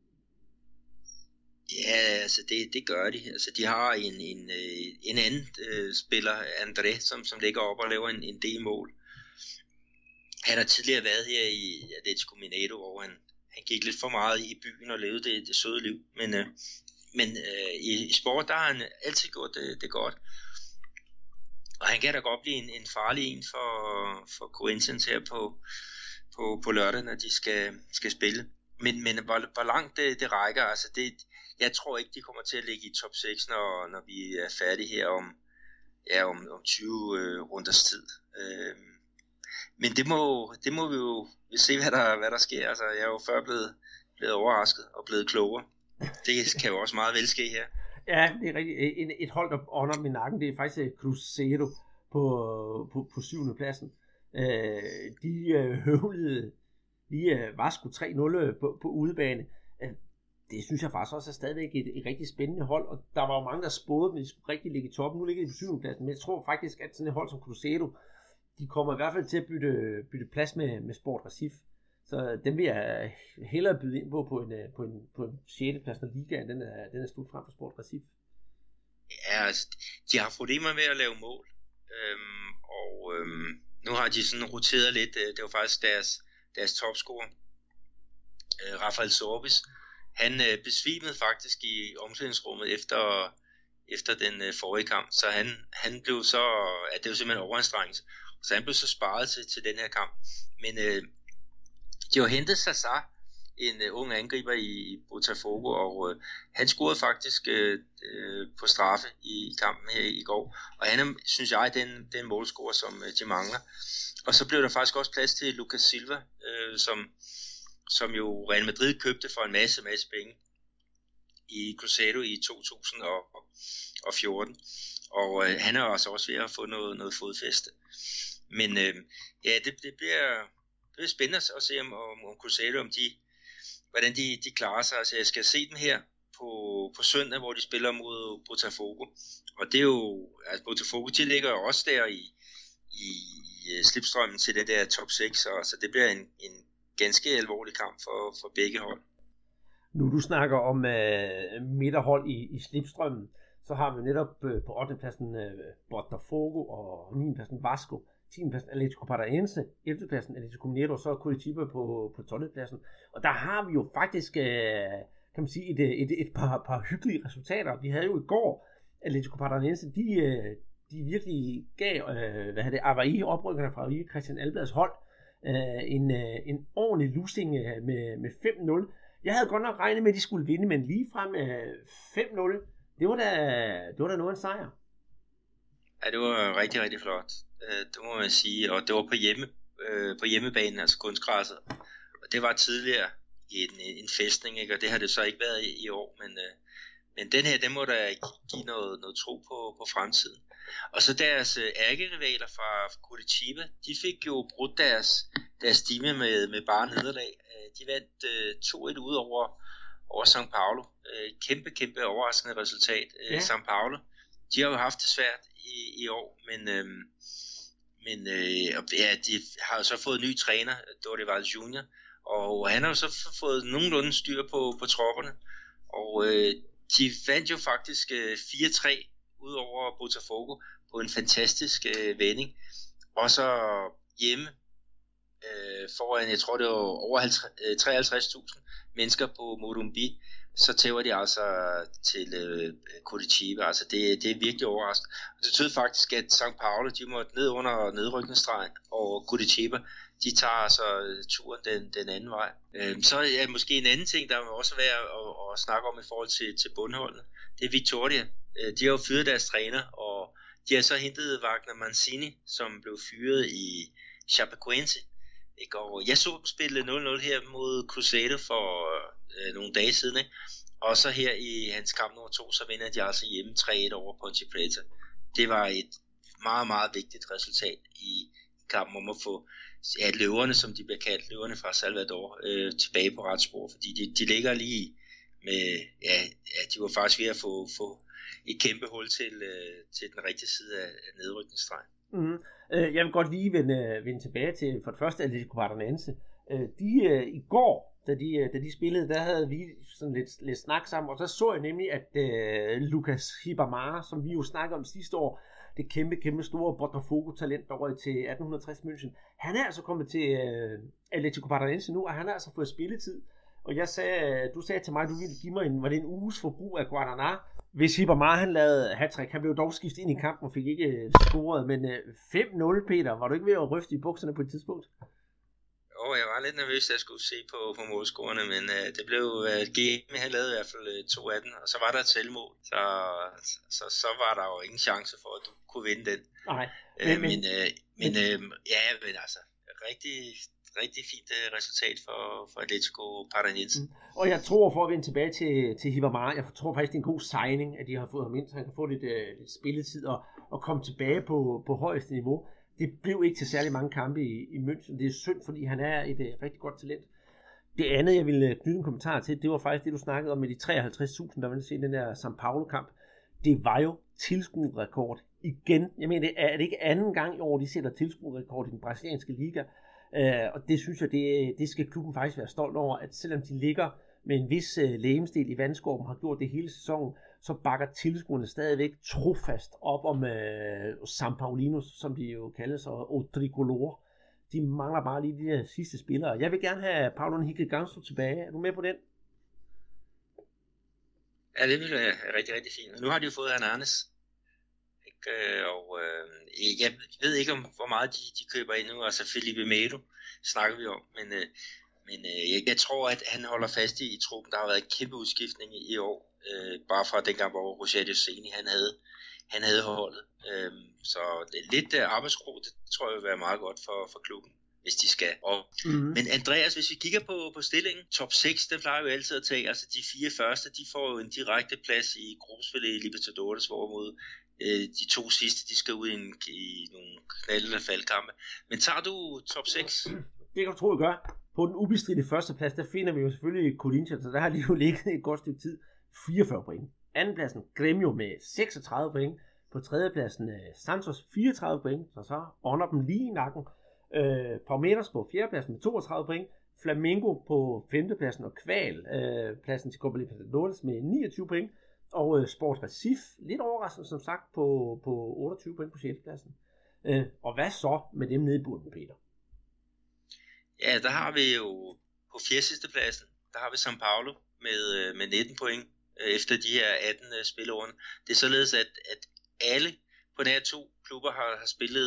Ja, altså det gør de. Altså de har en anden spiller, André, som ligger op og laver en del mål. Han har tidligere været her i Atlético Mineiro, hvor han gik lidt for meget i byen og levede det søde liv. Men i sport, der har han altid gjort det godt. Og han kan da godt blive en farlig en for Corinthians her på lørdag, når de skal spille. Men hvor langt det rækker, altså jeg tror ikke, de kommer til at ligge i top 6, når vi er færdige her om 20 runders tid. Men det må vi jo se, hvad der sker. Altså, jeg er jo før blevet overrasket og blevet klogere. Det kan jo også meget vel ske her. Ja, det er rigtigt. Et hold, der ånder med nakken, det er faktisk Cruzeiro på 7. pladsen. De høvlede lige Vasco 3-0 på udebane. Det synes jeg faktisk også er stadigvæk et rigtig spændende hold, og der var jo mange, der spåede, at de skulle rigtig ligge i toppen. Nu ligger de på 7. pladsen, men jeg tror faktisk, at sådan et hold som Cruzeiro, de kommer i hvert fald til at bytte plads med Sport Recife. Så dem vil jeg hellere byde ind på en 6. plads, når ligaen den er slut frem for Sport Recife. Ja, altså, de har problemer med at lave mål, nu har de sådan roteret lidt. Det var faktisk deres topscorer, Rafael Sorbis. Han besvimede faktisk i omklædningsrummet efter den forrige kamp, så han blev så, det var simpelthen overanstrengelse, så han blev så sparet til den her kamp. Men de har hentet Sazar, en ung angriber i Botafogo, og han scorede faktisk på straffe i kampen her i går, og han er, synes jeg, den målscorer, som de mangler. Og så blev der faktisk også plads til Lucas Silva, som jo Real Madrid købte for en masse penge i Cruzeiro i 2014, og han er altså også ved at få noget fodfæste. Men det bliver spændende at se om Cruzeiro, hvordan de klarer sig. Altså, jeg skal se dem her på søndag, hvor de spiller mod Botafogo, og det er jo, altså Botafogo, de ligger jo også der i slipstrømmen til det der top 6, så det bliver en ganske alvorlig kamp for begge hold. Nu du snakker om midterhold i slipstrømmen, så har vi netop på 8. pladsen Botafogo og 9. pladsen Vasco, 10. pladsen Atlético Paranaense, 11. pladsen Atlético Mineiro og så Curitiba på 12. pladsen. Og der har vi jo faktisk, kan man sige, et par hyggelige resultater. Vi havde jo i går Atlético Paranaense, de virkelig gav Avaí, oprykkerne fra Avaí, Christian Alblads hold, en ordentlig losing med 5-0. Jeg havde godt nok regnet med, at de skulle vinde, men lige frem 5-0, Det var da noget af en sejr. Ja, det var rigtig, rigtig flot. Det må man sige. Og det var på hjemmebanen, altså kunstgræsset. Og det var tidligere en fæstning, ikke? Og det har det så ikke været i år. Men den her, den må da give noget tro på fremtiden. Og så deres ærkerivaler fra Curitiba, de fik jo brudt deres stime med bare nederlag. De vandt 2-1 ud over São Paulo. Kæmpe overraskende resultat. Ja. São Paulo, de har jo haft det svært i år, men de har jo så fået en ny træner, Dorival Junior, og han har jo så fået nogenlunde styr på tropperne, og de vandt jo faktisk 4-3 ud over Botafogo på en fantastisk vending, og så hjemme foran, jeg tror det var over 53.000 mennesker på Morumbi, så tæver de altså til Curitiba. Altså det er virkelig overraskende. Det betyder faktisk, at São Paulo, de måtte ned under nedrykningsstregen, og Curitiba, de tager altså turen den anden vej. Så er måske en anden ting, der vil også være at snakke om i forhold til bundholdene. Det er Vitória. De har jo fyret deres træner, og de har så hentet Wagner Mancini, som blev fyret i Chapecoense. Ikke? Og jeg så dem spille 0-0 her mod Cruzeiro for nogle dage siden, ikke? Og så her i hans kamp nummer 2, så vinder de altså hjemme 3-1 over Ponte Preta. Det var et meget, meget vigtigt resultat i kampen om at få løverne, som de bliver kaldt, løverne fra Salvador, tilbage på ret spor, fordi de ligger lige med, de var faktisk ved at få et kæmpe hul til den rigtige side af nedrykningsstregen. Mm. Jeg vil godt lige vende tilbage til for det første Atlético Paranaense. I går, da de spillede, der havde vi sådan lidt snak sammen, og så jeg nemlig, at Lucas Ribamar, som vi jo snakkede om sidste år, det kæmpe store Botafogo-talent over til 1860 München, han er altså kommet til Atlético Paranaense nu, og han har altså fået spilletid. Og du sagde til mig, at du ville give mig en uges forbrug af Guaraná. Hvis Ribamar han lavede hattrick, han blev dog skiftet ind i kampen og fik ikke scoret, men 5-0, Peter, var du ikke ved at ryste i bukserne på et tidspunkt? Jeg var lidt nervøs, at jeg skulle se på målscorerne, men det blev GM, han lavede i hvert fald 2 af den, og så var der et selvmål, så var der jo ingen chance for, at du kunne vinde den. Nej. Men altså, rigtig fint resultat for Atlético Paranaense. Og jeg tror, for at vende tilbage til Ribamar, jeg tror faktisk, det er en god signing, at de har fået ham ind, så han kan få lidt spilletid og komme tilbage på højeste niveau. Det blev ikke til særlig mange kampe i München. Det er synd, fordi han er et rigtig godt talent. Det andet, jeg ville knytte en kommentar til, det var faktisk det, du snakkede om med de 53.000, der ville se den der São Paulo-kamp. Det var jo tilskuerrekord igen. Jeg mener, det ikke anden gang i år, de sætter tilskuerrekord i den brasilianske liga. Og det synes jeg, det skal klubben faktisk være stolt over, at selvom de ligger med en vis legemsdel i vandskorben, har gjort det hele sæsonen, så bakker tilskuerne stadigvæk trofast op om São Paulinos, som de jo kaldes, og Tricolor. De mangler bare lige de der sidste spillere. Jeg vil gerne have Paulo Henrique Ganso tilbage. Er du med på den? Ja, det ville være rigtig, rigtig fint. Nu har de jo fået Hernanes. Jeg ved ikke, hvor meget de køber ind nu. Altså Felipe Melo snakker vi om. Men jeg tror, at han holder fast i truppen. Der har været en kæmpe udskiftning i år. Bare fra dengang, hvor Rogério Ceni han havde holdet. Så lidt arbejdsro, det tror jeg vil være meget godt for klubben, hvis de skal. Men Andreas, hvis vi kigger på stillingen, top 6, den plejer jo altid at tage, altså de 4 første, de får jo en direkte plads i gruppespillet i Libertadores, hvorimod de 2 sidste, de skal ud i nogle knald- eller faldkampe. Men tager du top 6? Det kan du tro, jeg gør. På den ubestridte førsteplads, der finder vi jo selvfølgelig Corinthians, så der har de jo ligget et godt stykke tid. 44 point. Andenpladsen Grêmio med 36 point. På tredjepladsen Santos 34 point, så ånder dem lige i nakken. Palmeiras på fjerdepladsen med 32 point. Flamengo på femtepladsen og Kval pladsen til Copa Libertadores med 29 point. Og Sport Recife, lidt overraskende som sagt, på 28 point på sjettepladsen. Og hvad så med dem nede i bunden, Peter? Ja, der har vi jo på fjerde pladsen, der har vi São Paulo med 19 point efter de her 18 spillerunder. Det er således, at alle på nær 2 klubber har spillet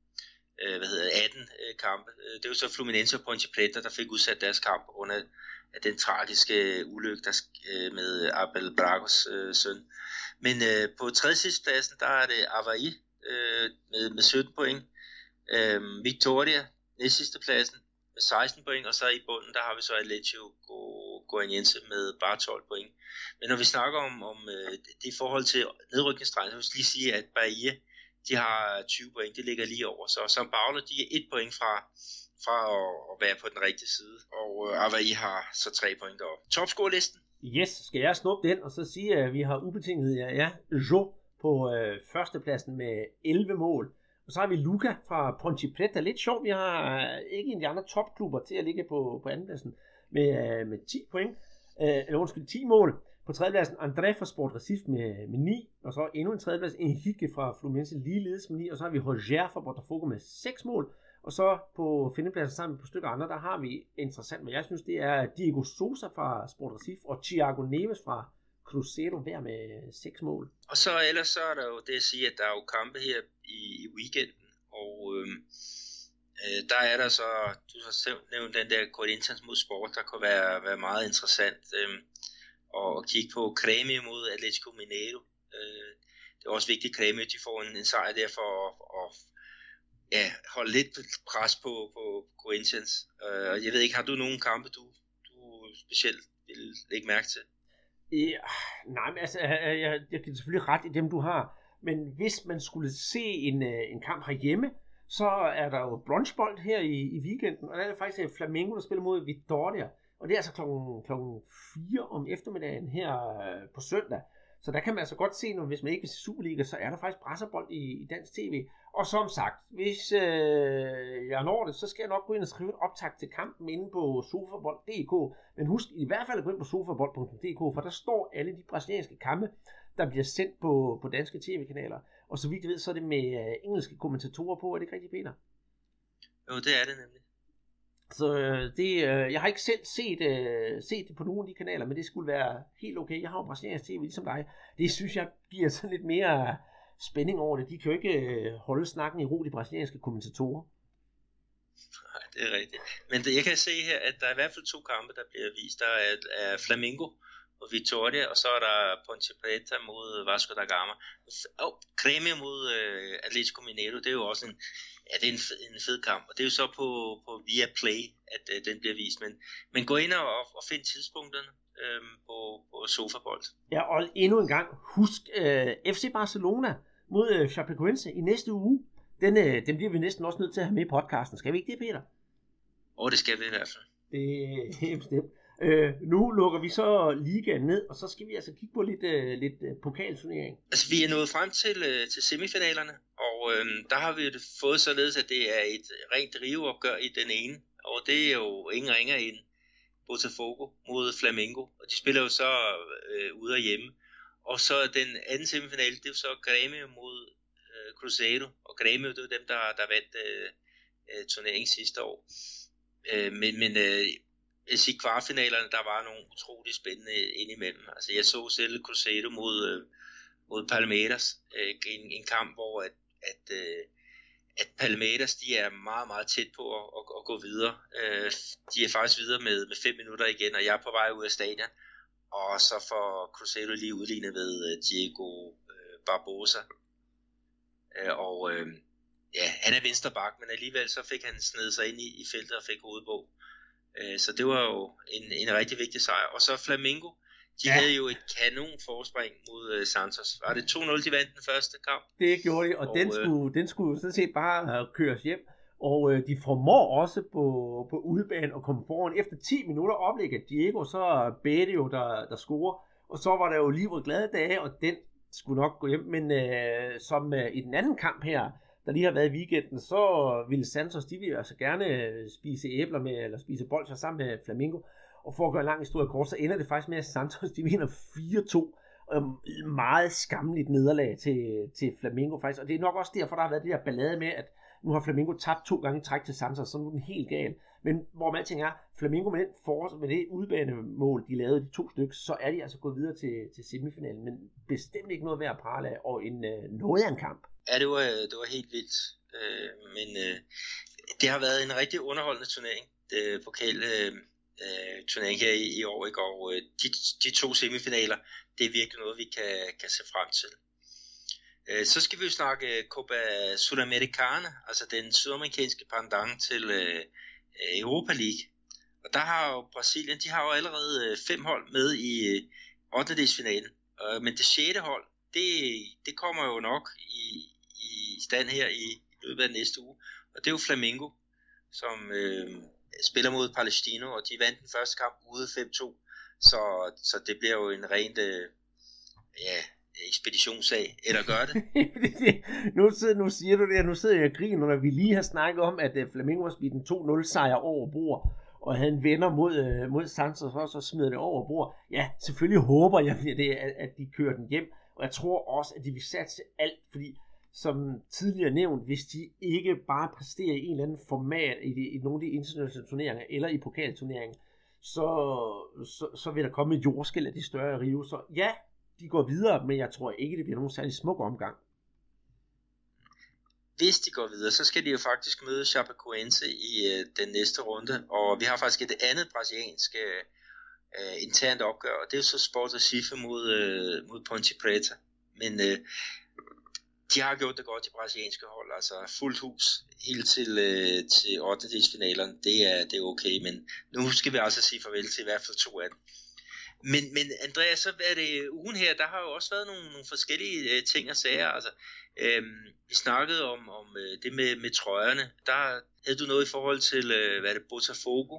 18 kampe. Det er jo så Fluminense og Ponte Preta, der fik udsat deres kamp under den tragiske ulykke med Abel Bragos søn. Men på tredje sidste pladsen, der er det Avaí med 17 point. Victoria, næst sidste pladsen, med 16 point, og så i bunden, der har vi så Atlético Goianiense med bare 12 point. Men når vi snakker om det i forhold til nedrykningsstregen, så vil jeg lige sige, at Bahia, de har 20 point, det ligger lige over. Så São Paulo, de er 1 point fra at være på den rigtige side, og Avaí har så 3 point deroppe. Topscore-listen? Yes, skal jeg snuppe den, og så sige, at vi har ubetinget Jo på førstepladsen med 11 mål. Og så har vi Luca fra Ponte Preta. Lidt sjovt, vi har ikke en af de andre topklubber til at ligge på andenpladsen med 10 point. 10 mål. På tredjepladsen André fra Sport Recife med 9. Og så endnu en tredjeplads Henrique fra Fluminense ligeledes med 9. Og så har vi Roger fra Botafogo med 6 mål. Og så på femtepladsen sammen på stykker andre, der har vi interessant, men jeg synes, det er Diego Sousa fra Sport Recife og Thiago Neves fra Cruzeiro hver med 6 mål. Og så ellers så er der jo det at sige, at der er jo kampe her i weekenden, og der er der så, du har selv nævnt den der Corinthians mod Sport, der kunne være meget interessant at kigge på. Grêmio mod Atlético Mineiro. Det er også vigtigt, at Grêmio de får en sejr der for at holde lidt pres på Corinthians. Og jeg ved ikke, har du nogle kampe, du specielt vil lægge mærke til? Ja, nej, men altså, jeg kan selvfølgelig ret i dem, du har. Men hvis man skulle se en kamp herhjemme, så er der jo brunchbold her i weekenden, og der er det faktisk Flamengo, der spiller mod Vitória. Og det er altså klokken 4 om eftermiddagen her på søndag. Så der kan man altså godt se, når hvis man ikke vil se Superliga, så er der faktisk brasserbold i dansk tv. Og som sagt, hvis jeg når det, så skal jeg nok gå ind og skrive en optakt til kampen inde på sofabold.dk. Men husk i hvert fald at gå ind på sofabold.dk, for der står alle de brasilianske kampe, der bliver sendt på danske tv-kanaler. Og så vidt jeg ved, så er det med engelske kommentatorer på. Er det ikke rigtigt, Peter? Jo, det er det nemlig. Så jeg har ikke selv set det på nogle af de kanaler, men det skulle være helt okay. Jeg har jo brasiliansk tv ligesom dig. Det synes jeg giver sådan lidt mere spænding over det. De kan jo ikke holde snakken i ro, de brasilianske kommentatorer. Nej, det er rigtigt. Men jeg kan se her, at der er i hvert fald 2 kampe, der bliver vist. Der er Flamengo og Vitória, og så er der Ponte Preta mod Vasco da Gama. Grêmio mod Atlético Mineiro, det er jo også det er en fed kamp, og det er jo så på Viaplay, at den bliver vist. Men gå ind og find tidspunkterne på sofabold. Ja, og endnu en gang, husk FC Barcelona mod Chapecoense i næste uge. Den bliver vi næsten også nødt til at have med i podcasten. Skal vi ikke det, Peter? Det skal vi i hvert fald. Det er helt bestemt. Nu lukker vi så ligaen ned, og så skal vi altså kigge på lidt pokalturnering. Altså vi er nået frem til semifinalerne, og der har vi jo fået således, at det er et rent riveopgør i den ene, og det er jo ingen ringer end Botafogo mod Flamengo, og de spiller jo så ude og hjemme. Og så den anden semifinale, det er jo så Grêmio mod Cruzeiro, og Grêmio, det er jo dem, der vandt turneringen sidste år. Men jeg siger, kvartfinalerne, der var nogle utrolig spændende indimellem. Altså jeg så selv Cruzeiro mod Palmeiras, en kamp, hvor at Palmeiras, de er meget, meget tæt på at gå videre. De er faktisk videre med 5 minutter igen, og jeg er på vej ud af stadion. Og så får Cruzeiro lige udlignet ved Diego Barbosa. Han er venstreback, men alligevel så fik han snedet sig ind i feltet og fik hovedet på. Så det var jo en rigtig vigtig sejr. Og så Flamengo, de havde jo et kanon forspring mod Santos. Var det 2-0, de vandt den første kamp? Det gjorde de, og den skulle sådan set bare køres hjem. Og de formår også på udebane at komme foran. Efter 10 minutter oplægger Diego, så Bede jo, der scorer. Og så var der jo lige glade dage, og den skulle nok gå hjem. Men som i den anden kamp her, der lige har været i weekenden, så ville Santos, de ville altså gerne spise æbler med, eller spise bolcher sammen med Flamengo. Og for at gøre en lang historie kort, så ender det faktisk med, at Santos, de vinder 4-2. Meget skamligt nederlag til Flamengo faktisk. Og det er nok også derfor, der har været det der ballade med, at nu har Flamengo tabt 2 gange træk til Santos, så nu er den helt gal. Men hvor man alting er, Flamengo med det udbanemål, de lavede de 2 stykker, så er de altså gået videre til semifinalen. Men bestemt ikke noget værd at prale af, og noget af en kamp. Ja, det var helt vildt. Men det har været en rigtig underholdende turnering, turnering her i år, ikke? Og de 2 semifinaler, det er virkelig noget, vi kan se frem til. Så skal vi jo snakke Copa Sudamericana, altså den sydamerikanske pendant til Europa League. Og der har jo Brasilien, de har jo allerede 5 hold med i 8. Men det 6. hold, det kommer jo nok i stand her i løbet af næste uge. Og det er jo Flamengo, som spiller mod Palestino, og de vandt den første kamp ude 5-2. Så det bliver jo en rent ekspeditionssag, eller gør det? nu siger du det, og nu sidder jeg og griner, når vi lige har snakket om, at Flamengo har spillet en 2-0 sejr over bord, og havde en venner mod Santos, og så smider det over bord. Ja, selvfølgelig håber jeg, at de kører den hjem, og jeg tror også, at de vil satse alt, fordi som tidligere nævnt, hvis de ikke bare præsterer i en eller anden format i nogle af de internationale turneringer, eller i pokalturneringen, så vil der komme et jordskælv af de større Rio. Så ja, de går videre, men jeg tror ikke, det bliver nogen særlig smuk omgang. Hvis de går videre, så skal de jo faktisk møde Chapecoense i den næste runde, og vi har faktisk et andet brasiliansk internt opgør, og det er jo så Sport Recife mod Ponte Preta. Men de har gjort det godt, de brasilianske hold, altså fuldt hus helt til 8. finalerne, det er okay, men nu skal vi altså sige farvel til i hvert fald 2 af dem. Men Andreas, så er det ugen her, der har jo også været nogle forskellige ting og sager. Altså, vi snakkede om det med trøjerne. Der havde du noget i forhold til, Botafogo,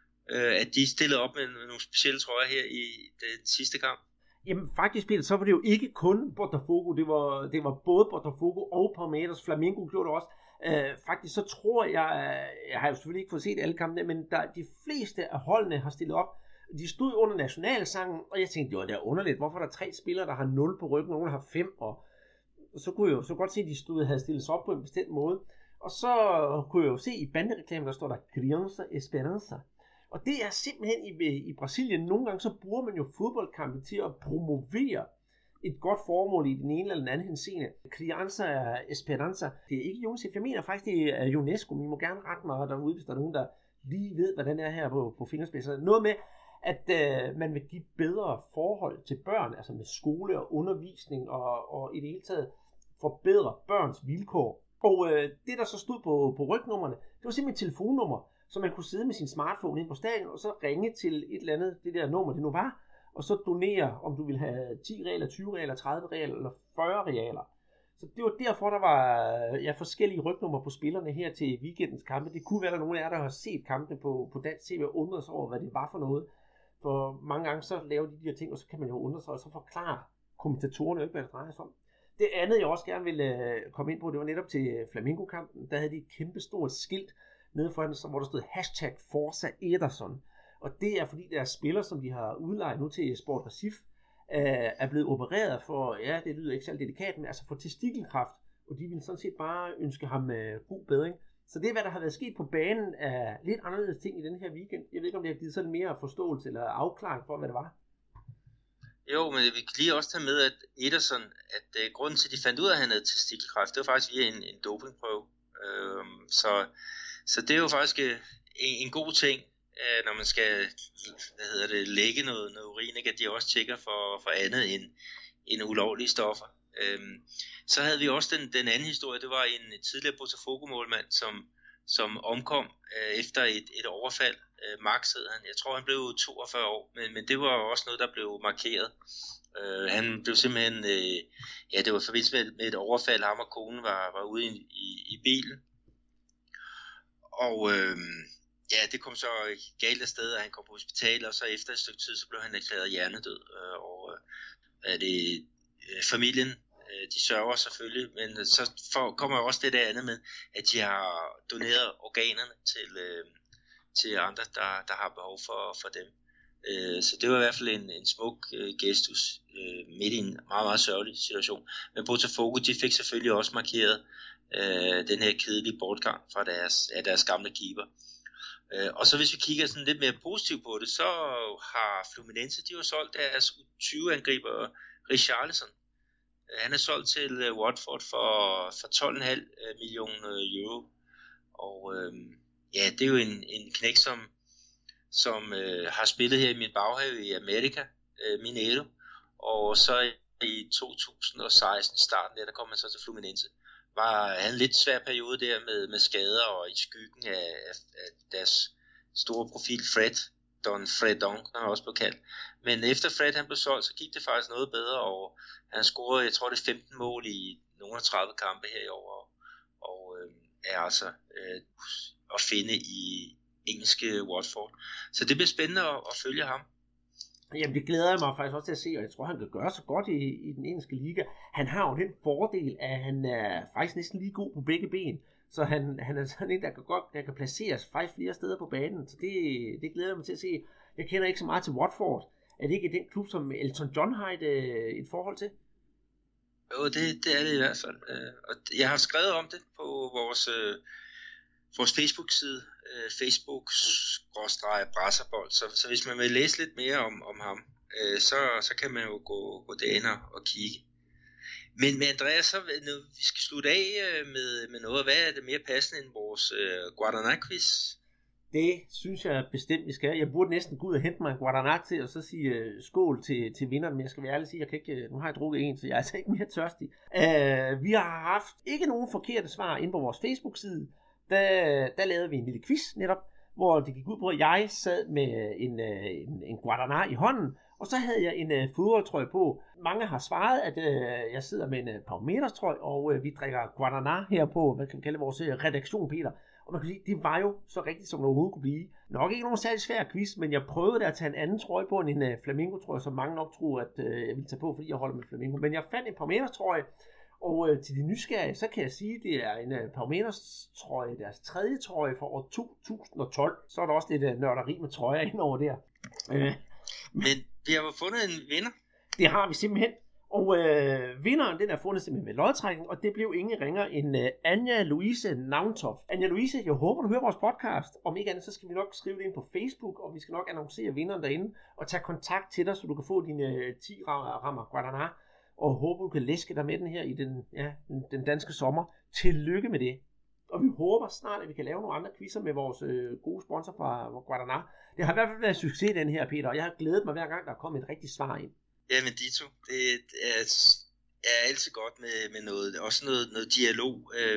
at de stillede op med nogle specielle trøjer her i den sidste kamp. Jamen faktisk, Peter, så var det jo ikke kun Botafogo, det var både Botafogo og Palmeiras. Flamengo gjorde det også. Faktisk så tror jeg har jo selvfølgelig ikke fået set alle kampene, men de fleste af holdene har stillet op. De stod under nationalsangen, og jeg tænkte, det er underligt, hvorfor er der 3 spillere, der har 0 på ryggen, og nogen har 5, og så kunne jeg jo så godt se, at de havde stillet sig op på en bestemt måde. Og så kunne jeg jo se i bandereklamen, der står der Criança Esperança. Og det er simpelthen i Brasilien, nogle gange så bruger man jo fodboldkampe til at promovere et godt formål i den ene eller den anden henseende. Criança Esperança, det er ikke UNICEF, jeg mener faktisk, det er UNESCO, men I må gerne rette mig derude, hvis der er nogen, der lige ved, hvad den er her på fingerspidserne. Noget med, at man vil give bedre forhold til børn, altså med skole og undervisning og i det hele taget forbedre børns vilkår. Og det der så stod på rygnummerne, det var simpelthen et telefonnummer, så man kunne sidde med sin smartphone ind på stadion og så ringe til et eller andet, det der nummer det nu var, og så donere, om du vil have 10 realer, 20 realer, 30 realer eller 40 realer. Så det var derfor, der var forskellige rygnummer på spillerne her til weekendens kampe. Det kunne være, der nogen af jer, der har set kampene på dansk tv og undret sig over, hvad det var for noget. For mange gange så laver de her ting, og så kan man jo undre sig, og så forklare kommentatorerne ikke, hvad det drejer sig om. Det andet, jeg også gerne ville komme ind på, det var netop til Flamengo-kampen. Der havde de et kæmpe stort skilt nede foran, hvor der stod #Forza Ederson. Og det er fordi deres spiller, som de har udlejet nu til Sport Recife, er blevet opereret for, ja, det lyder ikke særlig delikat, men altså for testikelkræft. Og de ville sådan set bare ønske ham god bedring. Så det, hvad der har været sket på banen, er lidt anderledes ting i den her weekend. Jeg ved ikke, om det har givet sådan mere forståelse eller afklaring for, hvad det var. Jo, men vi kan lige også tage med, at Ederson, at grunden til, at de fandt ud af, at han havde testikelkræft, det var faktisk via en dopingprøve. Så det er jo faktisk en god ting, når man skal lægge noget urin, ikke? At de også tjekker for andet end ulovlige stoffer. Så havde vi også den anden historie. Det var en tidligere Botafogo-målmand, som omkom efter et overfald. Max hed han. Jeg tror, han blev 42 år, men det var også noget, der blev markeret. Han blev simpelthen, det var i forbindelse med et overfald. Ham og konen var ude i bilen. Og det kom så galt af sted, at han kom på hospital, og så efter et stykke tid, så blev han erklæret hjernedød. Familien, de sørger selvfølgelig, men så kommer også det der andet med, at de har doneret organerne til andre, der har behov for dem. Så det var i hvert fald en smuk gestus midt i en meget, meget sørgelig situation. Men Botafogo, de fik selvfølgelig også markeret den her kedelige bortgang fra deres gamle keeper. Og så hvis vi kigger sådan lidt mere positivt på det, så har Fluminense, de har solgt deres 20-angriber Richarlison. Han er solgt til Watford for 12,5 millioner euro. Og det er jo en knæk, som har spillet her i min baghave i Amerika, Mineiro, og så i 2016 starten der kom han så til Fluminense. Han en lidt svær periode der med skader og i skyggen af deres store profil Don Fredon, han også blev kaldt. Men efter Fred han blev solgt, så gik det faktisk noget bedre, og han scorede, jeg tror det er 15 mål i nogle af 30 kampe her i år, og er altså at finde i engelske Watford. Så det bliver spændende at følge ham. Jamen det glæder jeg mig faktisk også til at se, og jeg tror han kan gøre så godt i den engelske liga. Han har jo den fordel, at han er faktisk næsten lige god på begge ben, så han er sådan en, der kan placeres faktisk flere steder på banen, så det glæder jeg mig til at se. Jeg kender ikke så meget til Watford. Er det ikke den klub, som Elton John har et forhold til? Jo, det er det i hvert fald. Og jeg har skrevet om det på vores Facebook-side, Facebook-brasserbold, så hvis man vil læse lidt mere om ham, så kan man jo gå derind og kigge. Men Andreas, så vi skal slutte af med noget. Hvad er det mere passende end vores Guaraná-quiz? Det synes jeg bestemt, vi skal. Jeg burde næsten gå ud og hente mig en Guaraná til, og så sige skål til vinderen, men jeg skal være ærlig og sige, nu har jeg drukket en, så jeg er altså ikke mere tørstig. Vi har haft ikke nogen forkerte svar inde på vores Facebook-side. Der lavede vi en lille quiz netop, hvor det gik ud på, at jeg sad med en Guaraná i hånden, og så havde jeg en fodboldtrøje på. Mange har svaret, at jeg sidder med en Palmeiras-trøje, og vi drikker Guaraná her på, hvad kan vi kalde vores redaktion, Peter. Og man kan sige, det var jo så rigtigt, som det overhovedet kunne blive. Nok ikke nogen særlig svær quiz, men jeg prøvede at tage en anden trøje på end en Flamingo-trøje, som mange nok troede, at jeg ville tage på, fordi jeg holder med Flamingo. Men jeg fandt en Palmeiras-trøje, og til de nysgerrige, så kan jeg sige, at det er en Palmeiras-trøje, deres tredje trøje for år 2012. Så er der også lidt nørderi med trøjer indover der. Men vi har jo fundet en vinder. Det har vi simpelthen. Og vinderen, den er fundet simpelthen ved lodtrækning, og det blev ingen ringer end Anja Louise Navntoft. Anja Louise, jeg håber, du hører vores podcast. Om ikke andet, så skal vi nok skrive det ind på Facebook, og vi skal nok annoncere vinderen derinde, og tage kontakt til dig, så du kan få dine 10 rammer Guaraná, og håber, du kan læske dig med den her i den danske sommer. Tillykke med det. Og vi håber snart, at vi kan lave nogle andre quizzer med vores gode sponsor fra Guaraná. Det har i hvert fald været succes, den her, Peter, og jeg har glædet mig hver gang, der er kommet et rigtigt svar ind. Jamen dito, det er altid godt med noget, også noget dialog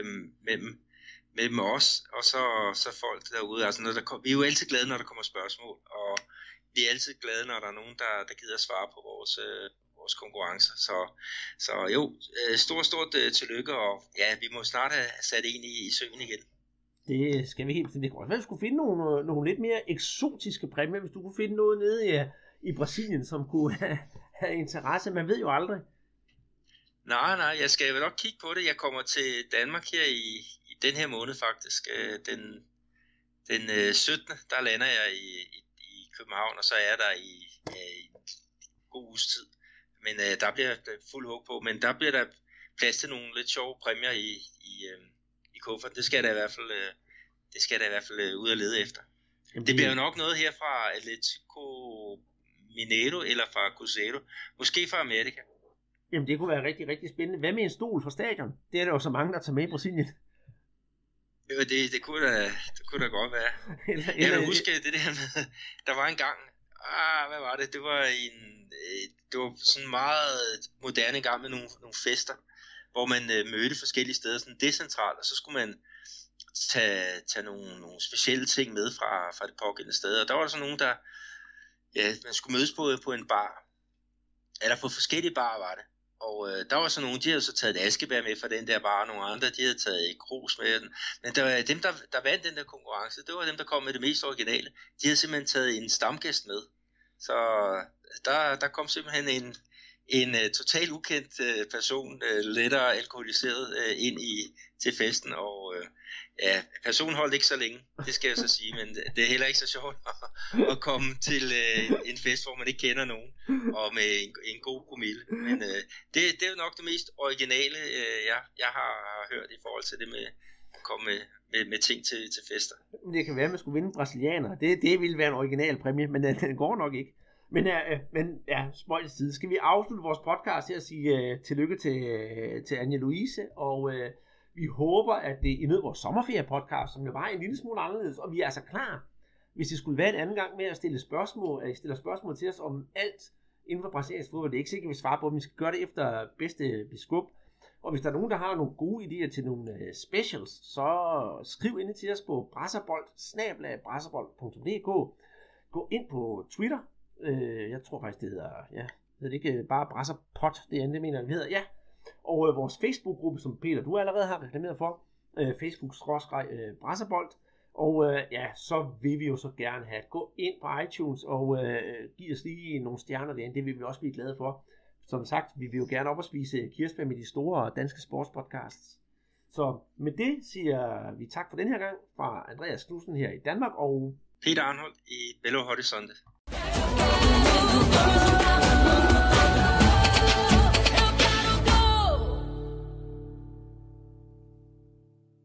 mellem os, og så folk derude. Altså vi er jo altid glade, når der kommer spørgsmål, og vi er altid glade, når der er nogen, der gider at svare på vores konkurrencer. Så jo, stort tillykke, og ja, vi må snart have sat en i søen igen. Det skal vi helt det godt. Hvis du skulle finde nogle lidt mere eksotiske præmier, hvis du kunne finde noget nede i Brasilien, som kunne have interesse. Man ved jo aldrig. Nej, jeg skal vel nok kigge på det. Jeg kommer til Danmark her i den her måned faktisk. Den 17. der lander jeg i København, og så er jeg der i en god uges tid. Men der bliver fuld håb på. Men der bliver der plads til nogle lidt sjove præmier i kufferten. Det skal jeg da i hvert fald ud og lede efter. Det bliver jo nok noget her fra Atlético Mineiro eller fra Cruzeiro. Måske fra Amerika. Jamen det kunne være rigtig, rigtig spændende. Hvad med en stol fra stadion? Det er der jo så mange, der tager med i Brasilien. Jo, det kunne da godt være. Jeg vil huske det der med, der var en gang, hvad var det? Det var sådan meget moderne gang med nogle fester, hvor man mødte forskellige steder, sådan decentralt, og så skulle man tage nogle specielle ting med fra det pågældende sted. Og der var der så nogen, der man skulle mødes på en bar, eller på forskellige barer var det. Og der var så nogen, de havde så taget et askebær med fra den der bar, og nogle andre, de havde taget et krus med den. Men der var dem, der vandt den der konkurrence, det var dem, der kom med det mest originale. De havde simpelthen taget en stamgæst med. Så der kom simpelthen en totalt ukendt person, lettere alkoholiseret, ind til festen, og personen holdt ikke så længe, det skal jeg så sige, men det er heller ikke så sjovt at komme til en fest, hvor man ikke kender nogen, og med en god promille. Men det er jo nok det mest originale, jeg har hørt i forhold til det med at komme med ting til fester. Det kan være, at man skulle vinde brasilianer. Det ville være en original præmie, men den går nok ikke. Men spøj til side. Skal vi afslutte vores podcast her og sige tillykke til Anja Louise, og vi håber, at det i vores sommerferie-podcast, som jo var en lille smule anderledes, og vi er altså klar. hvis I skulle være en anden gang med at stille spørgsmål, at I stiller spørgsmål til os om alt inden for brasiliansk fodbold. Det er ikke sikkert, at vi svarer på, men vi skal gøre det efter bedste beskub. Og hvis der er nogen, der har nogle gode idéer til nogle specials, så skriv ind til os på brasserbold@brasserbold.dk. Gå ind på Twitter. Jeg tror faktisk, det hedder, det ikke bare Brasserpod, det andet, det mener jeg, det hedder, ja. Og vores Facebook-gruppe, som Peter, du allerede har reklameret for, Facebook/Brasserbold. Og så vil vi jo så gerne have, gå ind på iTunes og give os lige nogle stjerner derinde, det vil vi også blive glade for. Som sagt, vi vil jo gerne op og spise kirsebær med de store danske sportspodcasts. Så med det siger vi tak for den her gang fra Andreas Knudsen her i Danmark og Peter Arnhold i Belo Horizonte.